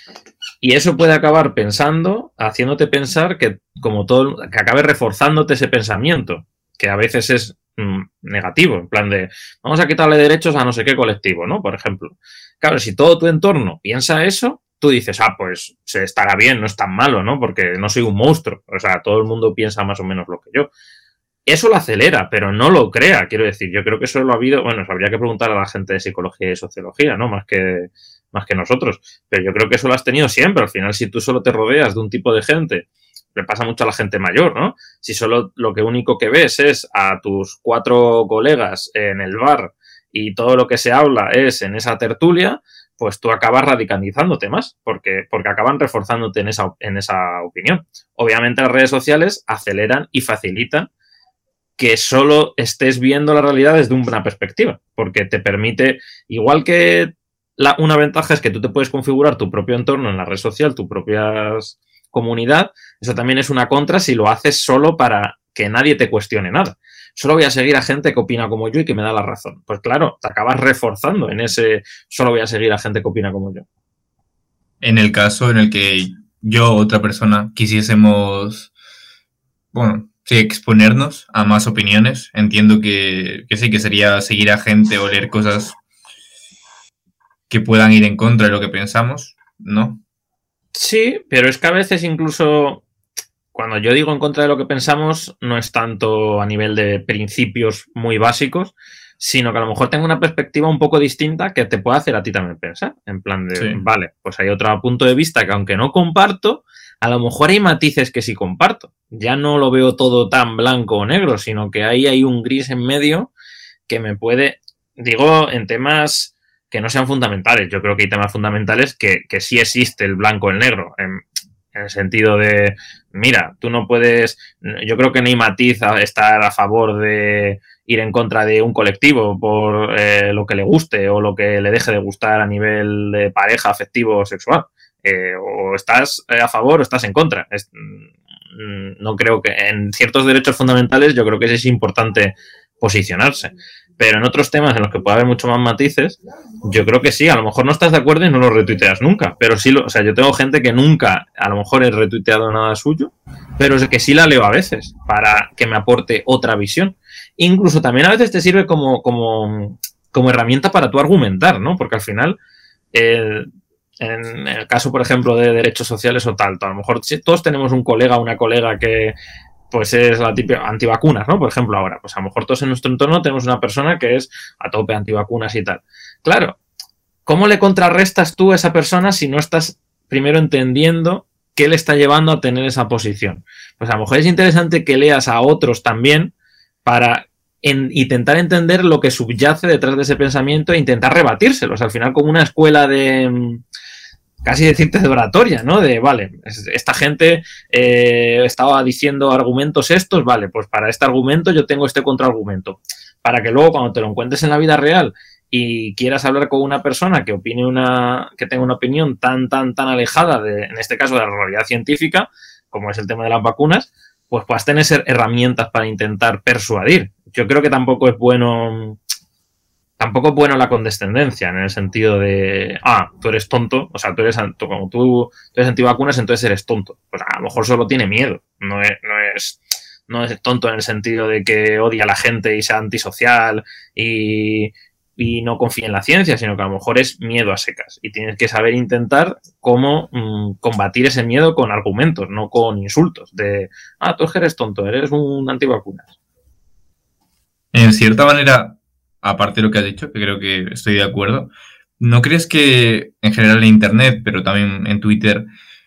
Y eso puede acabar haciéndote pensar que acabe reforzándote ese pensamiento, que a veces es negativo, en plan de vamos a quitarle derechos a no sé qué colectivo, ¿no? Por ejemplo. Claro, si todo tu entorno piensa eso, tú dices, pues se estará bien, no es tan malo, ¿no? Porque no soy un monstruo. O sea, todo el mundo piensa más o menos lo que yo. Eso lo acelera, pero no lo crea, quiero decir. Yo creo que eso lo ha habido, bueno, habría que preguntar a la gente de psicología y sociología, ¿no? Más que nosotros. Pero yo creo que eso lo has tenido siempre. Al final, si tú solo te rodeas de un tipo de gente, le pasa mucho a la gente mayor, ¿no? Si solo lo único que ves es a tus 4 colegas en el bar y todo lo que se habla es en esa tertulia, pues tú acabas radicalizándote más, porque acaban reforzándote en esa opinión. Obviamente las redes sociales aceleran y facilitan que solo estés viendo la realidad desde una perspectiva, porque te permite, igual que una ventaja es que tú te puedes configurar tu propio entorno en la red social, tu propia comunidad, eso también es una contra si lo haces solo para que nadie te cuestione nada. Solo voy a seguir a gente que opina como yo y que me da la razón. Pues claro, te acabas reforzando en ese solo voy a seguir a gente que opina como yo. En el caso en el que yo o otra persona quisiésemos, sí, exponernos a más opiniones, entiendo que sí, que sería seguir a gente o leer cosas que puedan ir en contra de lo que pensamos, ¿no? Sí, pero es que a veces incluso cuando yo digo en contra de lo que pensamos, no es tanto a nivel de principios muy básicos, sino que a lo mejor tengo una perspectiva un poco distinta que te puede hacer a ti también pensar. En plan de, sí, vale, pues hay otro punto de vista que aunque no comparto, a lo mejor hay matices que sí comparto. Ya no lo veo todo tan blanco o negro, sino que ahí hay un gris en medio que me puede, digo, en temas que no sean fundamentales. Yo creo que hay temas fundamentales que sí existe el blanco o el negro. En el sentido de, mira, tú no puedes, yo creo que ni matiz a estar a favor de ir en contra de un colectivo por lo que le guste o lo que le deje de gustar a nivel de pareja, afectivo o sexual. O estás a favor o estás en contra. No creo que en ciertos derechos fundamentales yo creo que es importante posicionarse. Pero en otros temas en los que puede haber mucho más matices, yo creo que sí, a lo mejor no estás de acuerdo y no lo retuiteas nunca, pero sí, o sea, yo tengo gente que nunca, a lo mejor he retuiteado nada suyo, pero es que sí la leo a veces para que me aporte otra visión. Incluso también a veces te sirve como herramienta para tú argumentar, ¿no? Porque al final, en el caso, por ejemplo, de derechos sociales o tal, a lo mejor todos tenemos un colega o una colega que pues es la típica antivacunas, ¿no? Por ejemplo, ahora, pues a lo mejor todos en nuestro entorno tenemos una persona que es a tope antivacunas y tal. Claro, ¿cómo le contrarrestas tú a esa persona si no estás primero entendiendo qué le está llevando a tener esa posición? Pues a lo mejor es interesante que leas a otros también para intentar entender lo que subyace detrás de ese pensamiento e intentar rebatírselos. Al final, como una escuela de casi decirte de oratoria, ¿no? De, vale, esta gente estaba diciendo argumentos estos, vale, pues para este argumento yo tengo este contraargumento. Para que luego cuando te lo encuentres en la vida real y quieras hablar con una persona que opine que tenga una opinión tan alejada en este caso de la realidad científica, como es el tema de las vacunas, pues puedas tener herramientas para intentar persuadir. Yo creo que tampoco es bueno la condescendencia, en el sentido de, tú eres tonto, o sea, como tú eres antivacunas, entonces eres tonto. Pues a lo mejor solo tiene miedo, no es tonto en el sentido de que odia a la gente y sea antisocial y no confía en la ciencia, sino que a lo mejor es miedo a secas. Y tienes que saber intentar cómo combatir ese miedo con argumentos, no con insultos. De, tú eres tonto, eres un antivacunas. En cierta manera, aparte de lo que has dicho, que creo que estoy de acuerdo, ¿no crees que en general en Internet, pero también en Twitter,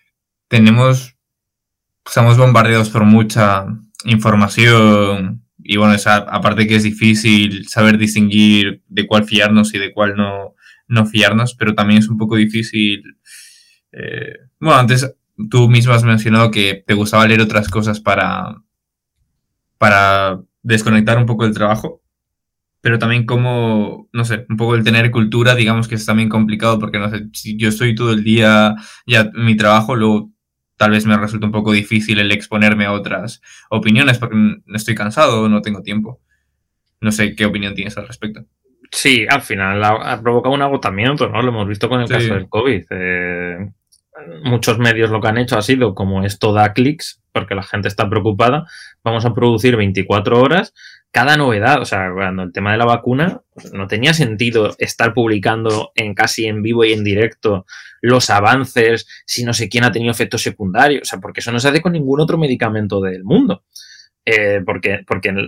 estamos bombardeados por mucha información y bueno, aparte que es difícil saber distinguir de cuál fiarnos y de cuál no fiarnos, pero también es un poco difícil. Bueno, antes tú mismo has mencionado que te gustaba leer otras cosas para desconectar un poco del trabajo, pero también como, no sé, un poco el tener cultura, digamos que es también complicado porque, no sé, si yo estoy todo el día ya en mi trabajo, luego tal vez me resulta un poco difícil el exponerme a otras opiniones porque no estoy cansado o no tengo tiempo. No sé qué opinión tienes al respecto. Sí, al final ha provocado un agotamiento, ¿no? Lo hemos visto con el Sí. caso del COVID. Muchos medios lo que han hecho ha sido, como esto da clics, porque la gente está preocupada, vamos a producir 24 horas cada novedad. O sea, cuando el tema de la vacuna, pues no tenía sentido estar publicando casi en vivo y en directo los avances, si no sé quién ha tenido efectos secundarios, o sea, porque eso no se hace con ningún otro medicamento del mundo. Porque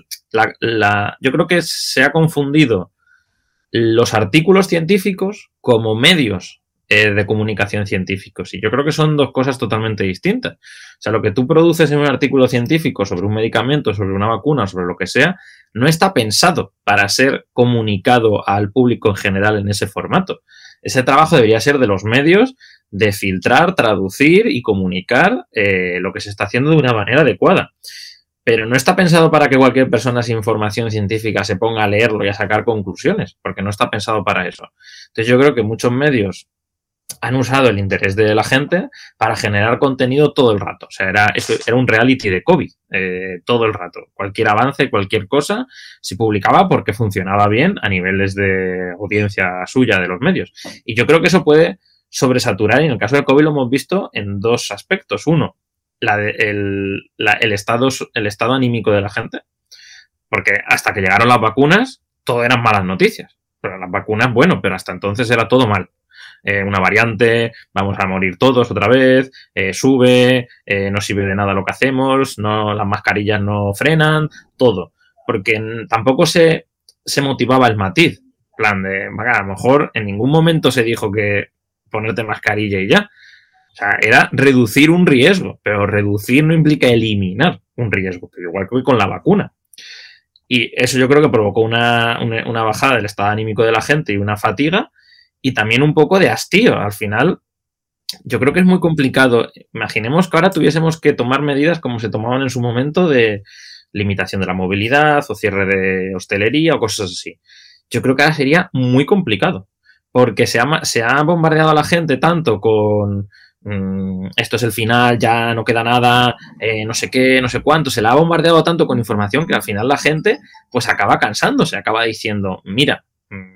yo creo que se ha confundido los artículos científicos como medios de comunicación científicos. Y yo creo que son dos cosas totalmente distintas. O sea, lo que tú produces en un artículo científico sobre un medicamento, sobre una vacuna, sobre lo que sea, no está pensado para ser comunicado al público en general en ese formato. Ese trabajo debería ser de los medios de filtrar, traducir y comunicar lo que se está haciendo de una manera adecuada. Pero no está pensado para que cualquier persona sin formación científica se ponga a leerlo y a sacar conclusiones, porque no está pensado para eso. Entonces yo creo que muchos medios han usado el interés de la gente para generar contenido todo el rato. O sea, era un reality de COVID todo el rato. Cualquier avance, cualquier cosa, se publicaba porque funcionaba bien a niveles de audiencia suya de los medios. Y yo creo que eso puede sobresaturar, y en el caso del COVID lo hemos visto en dos aspectos. Uno, el estado anímico de la gente, porque hasta que llegaron las vacunas todo eran malas noticias, pero las vacunas, bueno, pero hasta entonces era todo mal. Una variante, vamos a morir todos otra vez, sube, no sirve de nada lo que hacemos, las mascarillas no frenan, todo, porque tampoco se motivaba el matiz, en plan de, a lo mejor en ningún momento se dijo que ponerte mascarilla y ya. O sea, era reducir un riesgo, pero reducir no implica eliminar un riesgo, pero igual que con la vacuna. Y eso yo creo que provocó una bajada del estado anímico de la gente y una fatiga y también un poco de hastío. Al final, yo creo que es muy complicado. Imaginemos que ahora tuviésemos que tomar medidas como se tomaban en su momento de limitación de la movilidad o cierre de hostelería o cosas así. Yo creo que ahora sería muy complicado porque se ha bombardeado a la gente tanto con esto es el final, ya no queda nada, no sé qué, no sé cuánto, se la ha bombardeado tanto con información que al final la gente pues acaba cansándose, acaba diciendo, mira,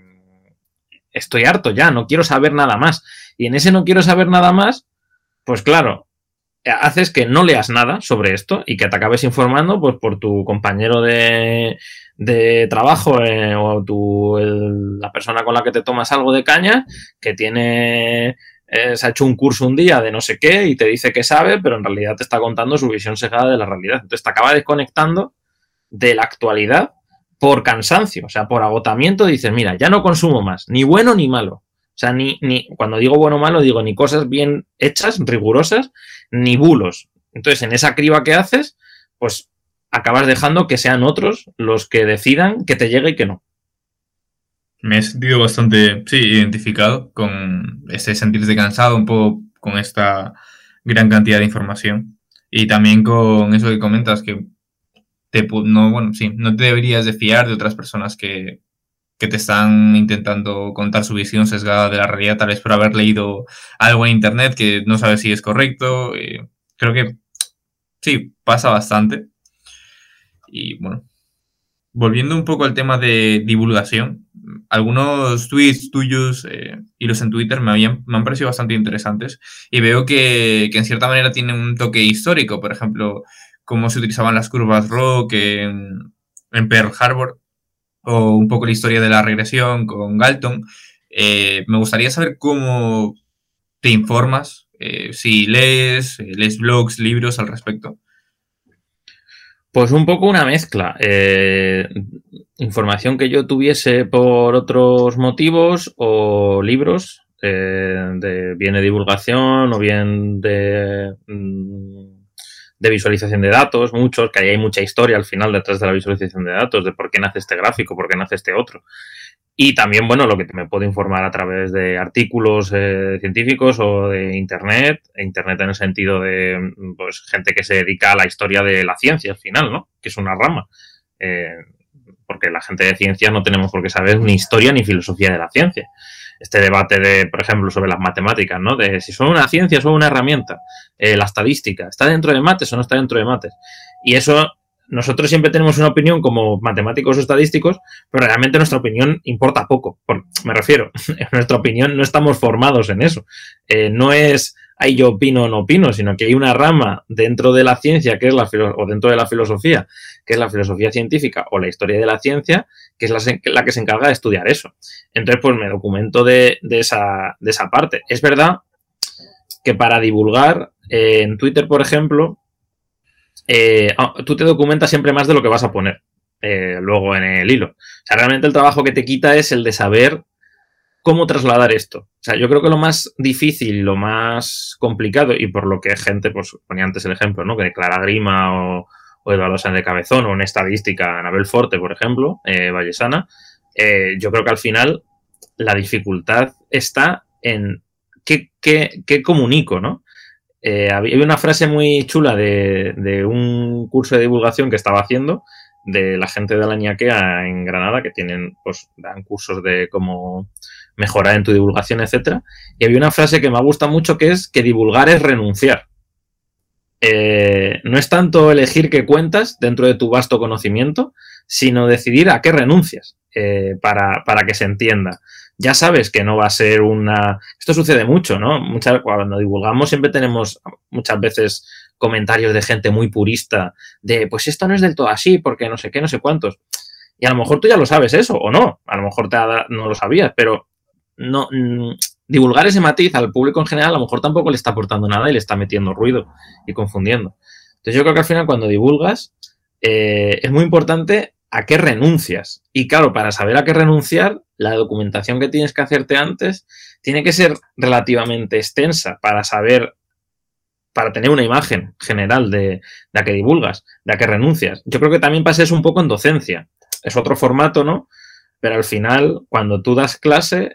estoy harto ya, no quiero saber nada más. Y en ese no quiero saber nada más, pues claro, haces que no leas nada sobre esto y que te acabes informando pues por tu compañero de trabajo o la persona con la que te tomas algo de caña que tiene... se ha hecho un curso un día de no sé qué y te dice que sabe, pero en realidad te está contando su visión sesgada de la realidad. Entonces te acaba desconectando de la actualidad por cansancio, o sea, por agotamiento. Dices, mira, ya no consumo más, ni bueno ni malo. O sea, ni cuando digo bueno o malo, digo ni cosas bien hechas, rigurosas, ni bulos. Entonces, en esa criba que haces, pues acabas dejando que sean otros los que decidan que te llegue y que no. Me he sentido bastante, sí, identificado con ese sentirse cansado, un poco con esta gran cantidad de información. Y también con eso que comentas, que no te deberías de fiar de otras personas que te están intentando contar su visión sesgada de la realidad, tal vez por haber leído algo en internet que no sabes si es correcto. Creo que Sí, pasa bastante. Y bueno, volviendo un poco al tema de divulgación, algunos tweets tuyos, hilos en Twitter, me han parecido bastante interesantes y veo que en cierta manera tienen un toque histórico, por ejemplo, cómo se utilizaban las curvas ROC en Pearl Harbor o un poco la historia de la regresión con Galton. Me gustaría saber cómo te informas, si lees blogs, libros al respecto. Pues un poco una mezcla. Información que yo tuviese por otros motivos o libros, bien de divulgación o bien de visualización de datos, muchos, que ahí hay mucha historia al final detrás de la visualización de datos, de por qué nace este gráfico, por qué nace este otro. Y también, bueno, lo que me puedo informar a través de artículos científicos o de Internet en el sentido de pues, gente que se dedica a la historia de la ciencia al final, ¿no? Que es una rama. Eh, porque la gente de ciencias no tenemos por qué saber ni historia ni filosofía de la ciencia. Este debate de, por ejemplo, sobre las matemáticas, ¿no? De si son una ciencia o son una herramienta. La estadística, ¿está dentro de mates o no está dentro de mates? Y eso, nosotros siempre tenemos una opinión como matemáticos o estadísticos, pero realmente nuestra opinión importa poco. Me refiero, en nuestra opinión no estamos formados en eso. No es, ahí yo opino o no opino, sino que hay una rama dentro de la ciencia, que es o dentro de la filosofía, que es la filosofía científica o la historia de la ciencia, que es la que se encarga de estudiar eso. Entonces, pues me documento de esa parte. Es verdad que para divulgar, en Twitter, por ejemplo, tú te documentas siempre más de lo que vas a poner luego en el hilo. O sea, realmente el trabajo que te quita es el de saber cómo trasladar esto. O sea, yo creo que lo más difícil, lo más complicado, y por lo que gente, pues ponía antes el ejemplo, ¿no? Que Clara Grima o Eduardo Sánchez de Cabezón, o en estadística Anabel Forte, por ejemplo, Vallesana, yo creo que al final la dificultad está en qué comunico, ¿no? Había una frase muy chula de un curso de divulgación que estaba haciendo de la gente de la Ñaquea en Granada, que tienen, pues, dan cursos de cómo mejorar en tu divulgación, etcétera. Y había una frase que me gusta mucho que es que divulgar es renunciar. No es tanto elegir qué cuentas dentro de tu vasto conocimiento, sino decidir a qué renuncias para que se entienda. Ya sabes que no va a ser una... Esto sucede mucho, ¿no? Cuando divulgamos siempre tenemos muchas veces comentarios de gente muy purista de, pues esto no es del todo así, porque no sé qué, no sé cuántos. Y a lo mejor tú ya lo sabes eso, o no. A lo mejor no lo sabías, pero no, divulgar ese matiz al público en general a lo mejor tampoco le está aportando nada y le está metiendo ruido y confundiendo. Entonces yo creo que al final cuando divulgas es muy importante a qué renuncias. Y claro, para saber a qué renunciar, la documentación que tienes que hacerte antes tiene que ser relativamente extensa para saber, para tener una imagen general de a qué divulgas, de a qué renuncias. Yo creo que también pasa eso un poco en docencia. Es otro formato, ¿no? Pero al final, cuando tú das clase,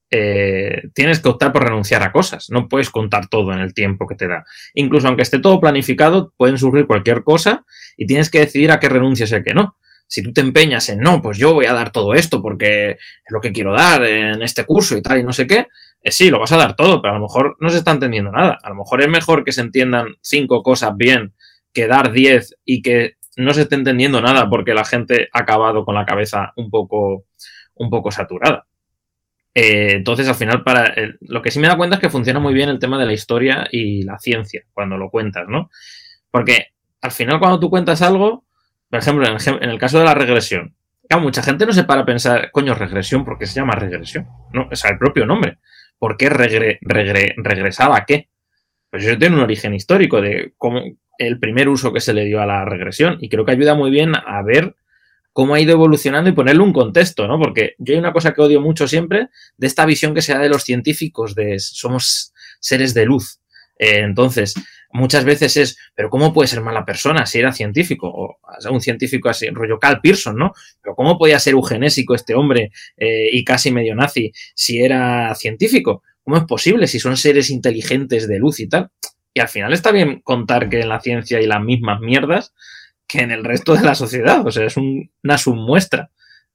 tienes que optar por renunciar a cosas. No puedes contar todo en el tiempo que te da. Incluso aunque esté todo planificado, pueden surgir cualquier cosa y tienes que decidir a qué renuncias y a qué no. Si tú te empeñas en, no, pues yo voy a dar todo esto porque es lo que quiero dar en este curso y tal y no sé qué, sí, lo vas a dar todo, pero a lo mejor no se está entendiendo nada. A lo mejor es mejor que se entiendan 5 cosas bien que dar 10 y que no se esté entendiendo nada porque la gente ha acabado con la cabeza un poco saturada. Entonces, al final, lo que sí me da cuenta es que funciona muy bien el tema de la historia y la ciencia cuando lo cuentas, ¿no? Porque al final, cuando tú cuentas algo, por ejemplo, en el caso de la regresión, claro, mucha gente no se para a pensar, coño, regresión, ¿por qué se llama regresión? No, o sea, el propio nombre. ¿Por qué regresar a qué? Pues eso tiene un origen histórico de cómo el primer uso que se le dio a la regresión y creo que ayuda muy bien a ver cómo ha ido evolucionando y ponerle un contexto, ¿no? Porque yo hay una cosa que odio mucho siempre de esta visión que se da de los científicos de somos seres de luz. Entonces, muchas veces es, pero ¿cómo puede ser mala persona si era científico? O sea, un científico así, rollo Carl Pearson, ¿no? Pero ¿cómo podía ser eugenésico este hombre y casi medio nazi si era científico? ¿Cómo es posible si son seres inteligentes de luz y tal? Y al final está bien contar que en la ciencia hay las mismas mierdas que en el resto de la sociedad. O sea, es una submuestra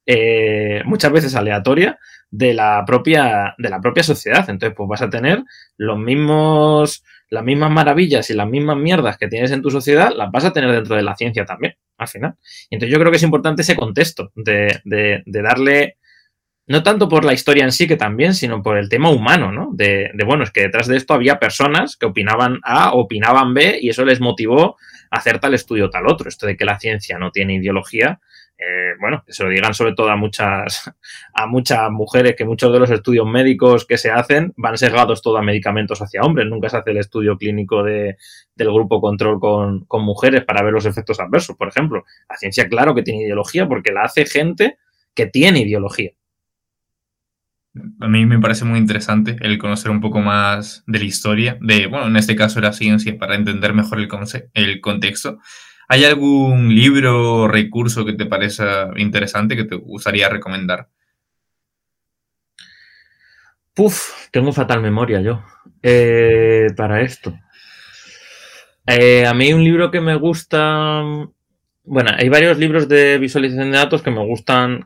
muchas veces aleatoria de la propia sociedad. Entonces, pues vas a tener los mismos las mismas maravillas y las mismas mierdas que tienes en tu sociedad, las vas a tener dentro de la ciencia también, al final. Y entonces yo creo que es importante ese contexto de darle, no tanto por la historia en sí, que también, sino por el tema humano, ¿no? Bueno, es que detrás de esto había personas que opinaban A, opinaban B, y eso les motivó a hacer tal estudio o tal otro. Esto de que la ciencia no tiene ideología, bueno, que se lo digan sobre todo a muchas mujeres, que muchos de los estudios médicos que se hacen van sesgados todo a medicamentos hacia hombres. Nunca se hace el estudio clínico del grupo control con mujeres para ver los efectos adversos, por ejemplo. La ciencia, claro que tiene ideología, porque la hace gente que tiene ideología. A mí me parece muy interesante el conocer un poco más de la historia, bueno, en este caso la ciencia, para entender mejor el contexto. ¿Hay algún libro o recurso que te parezca interesante que te gustaría recomendar? Tengo fatal memoria yo para esto. A mí un libro que me gusta... Bueno, hay varios libros de visualización de datos que me gustan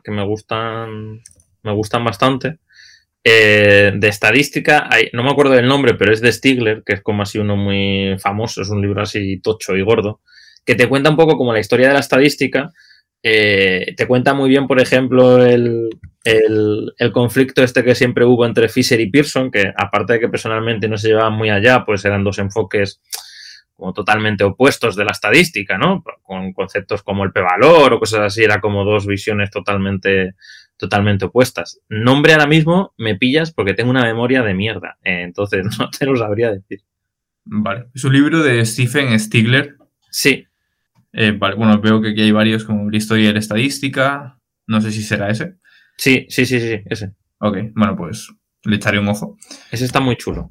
bastante. De estadística, no me acuerdo del nombre, pero es de Stigler, que es como así uno muy famoso, es un libro así tocho y gordo, que te cuenta un poco como la historia de la estadística. Te cuenta muy bien, por ejemplo, el conflicto este que siempre hubo entre Fisher y Pearson, que aparte de que personalmente no se llevaban muy allá, pues eran dos enfoques como totalmente opuestos de la estadística, ¿no? Con conceptos como el p-valor o cosas así, era como dos visiones totalmente opuestas. Nombre ahora mismo me pillas porque tengo una memoria de mierda, entonces no te lo sabría decir. Vale, es un libro de Stephen Stigler. Sí. Vale, bueno, veo que aquí hay varios como la historia de la estadística, no sé si será ese. Sí, ese. Ok, bueno, pues le echaré un ojo. Ese está muy chulo.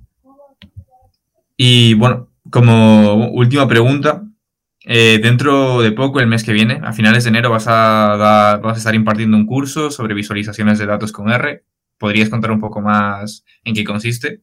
Y bueno, como última pregunta, dentro de poco, el mes que viene, a finales de enero, vas a estar impartiendo un curso sobre visualizaciones de datos con R. ¿Podrías contar un poco más en qué consiste?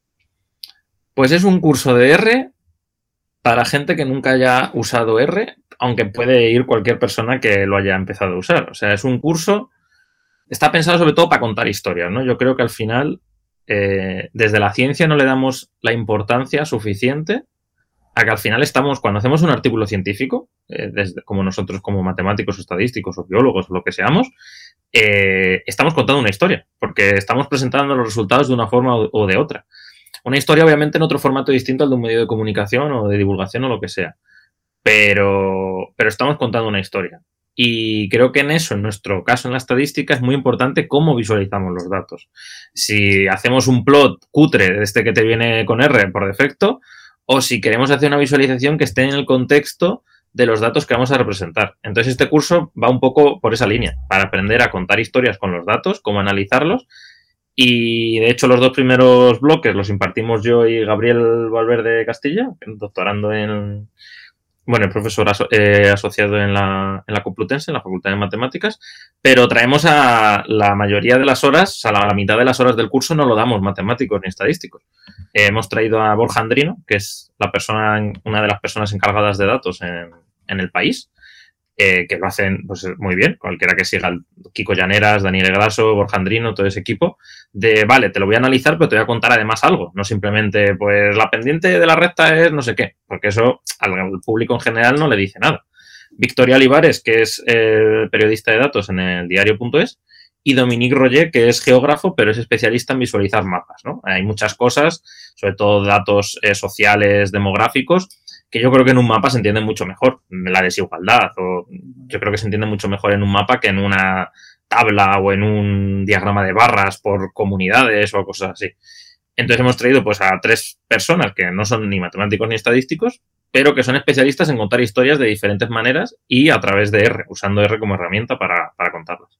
Pues es un curso de R para gente que nunca haya usado R, aunque puede ir cualquier persona que lo haya empezado a usar. O sea, es un curso, está pensado sobre todo para contar historias, ¿no? Yo creo que al final, desde la ciencia no le damos la importancia suficiente a que al final estamos, cuando hacemos un artículo científico, como nosotros como matemáticos o estadísticos o biólogos o lo que seamos, estamos contando una historia, porque estamos presentando los resultados de una forma o de otra. Una historia, obviamente, en otro formato distinto al de un medio de comunicación o de divulgación o lo que sea. Pero estamos contando una historia. Y creo que en eso, en nuestro caso, en la estadística, es muy importante cómo visualizamos los datos. Si hacemos un plot cutre de este que te viene con R por defecto, o si queremos hacer una visualización que esté en el contexto de los datos que vamos a representar. Entonces, este curso va un poco por esa línea, para aprender a contar historias con los datos, cómo analizarlos. Y de hecho los dos primeros bloques los impartimos yo y Gabriel Valverde Castilla, doctorando el profesor asociado en la Complutense, en la Facultad de Matemáticas, pero traemos a la mayoría de las horas, a la mitad de las horas del curso no lo damos matemáticos ni estadísticos. Hemos traído a Borja Andrino, que es una de las personas encargadas de datos en el país, que lo hacen pues muy bien, cualquiera que siga, Kiko Llaneras, Daniel Grasso, Borja Andrino, todo ese equipo, vale, te lo voy a analizar, pero te voy a contar además algo, no simplemente, pues la pendiente de la recta es no sé qué, porque eso al público en general no le dice nada. Victoria Olivares, que es periodista de datos en el diario.es, y Dominique Roger, que es geógrafo, pero es especialista en visualizar mapas, ¿no? Hay muchas cosas, sobre todo datos sociales, demográficos, que yo creo que en un mapa se entiende mucho mejor. La desigualdad, o yo creo que se entiende mucho mejor en un mapa que en una tabla o en un diagrama de barras por comunidades o cosas así. Entonces hemos traído pues a 3 personas que no son ni matemáticos ni estadísticos, pero que son especialistas en contar historias de diferentes maneras y a través de R, usando R como herramienta para contarlas.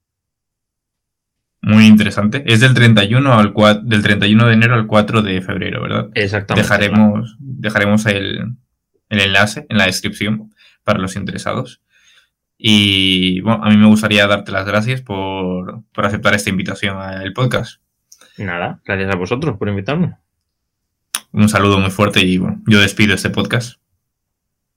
Muy interesante. Es del 31 de enero al 4 de febrero, ¿verdad? Exactamente. Dejaremos el enlace en la descripción para los interesados. Y bueno, a mí me gustaría darte las gracias por aceptar esta invitación al podcast. Nada, gracias a vosotros por invitarme. Un saludo muy fuerte y bueno, yo despido este podcast.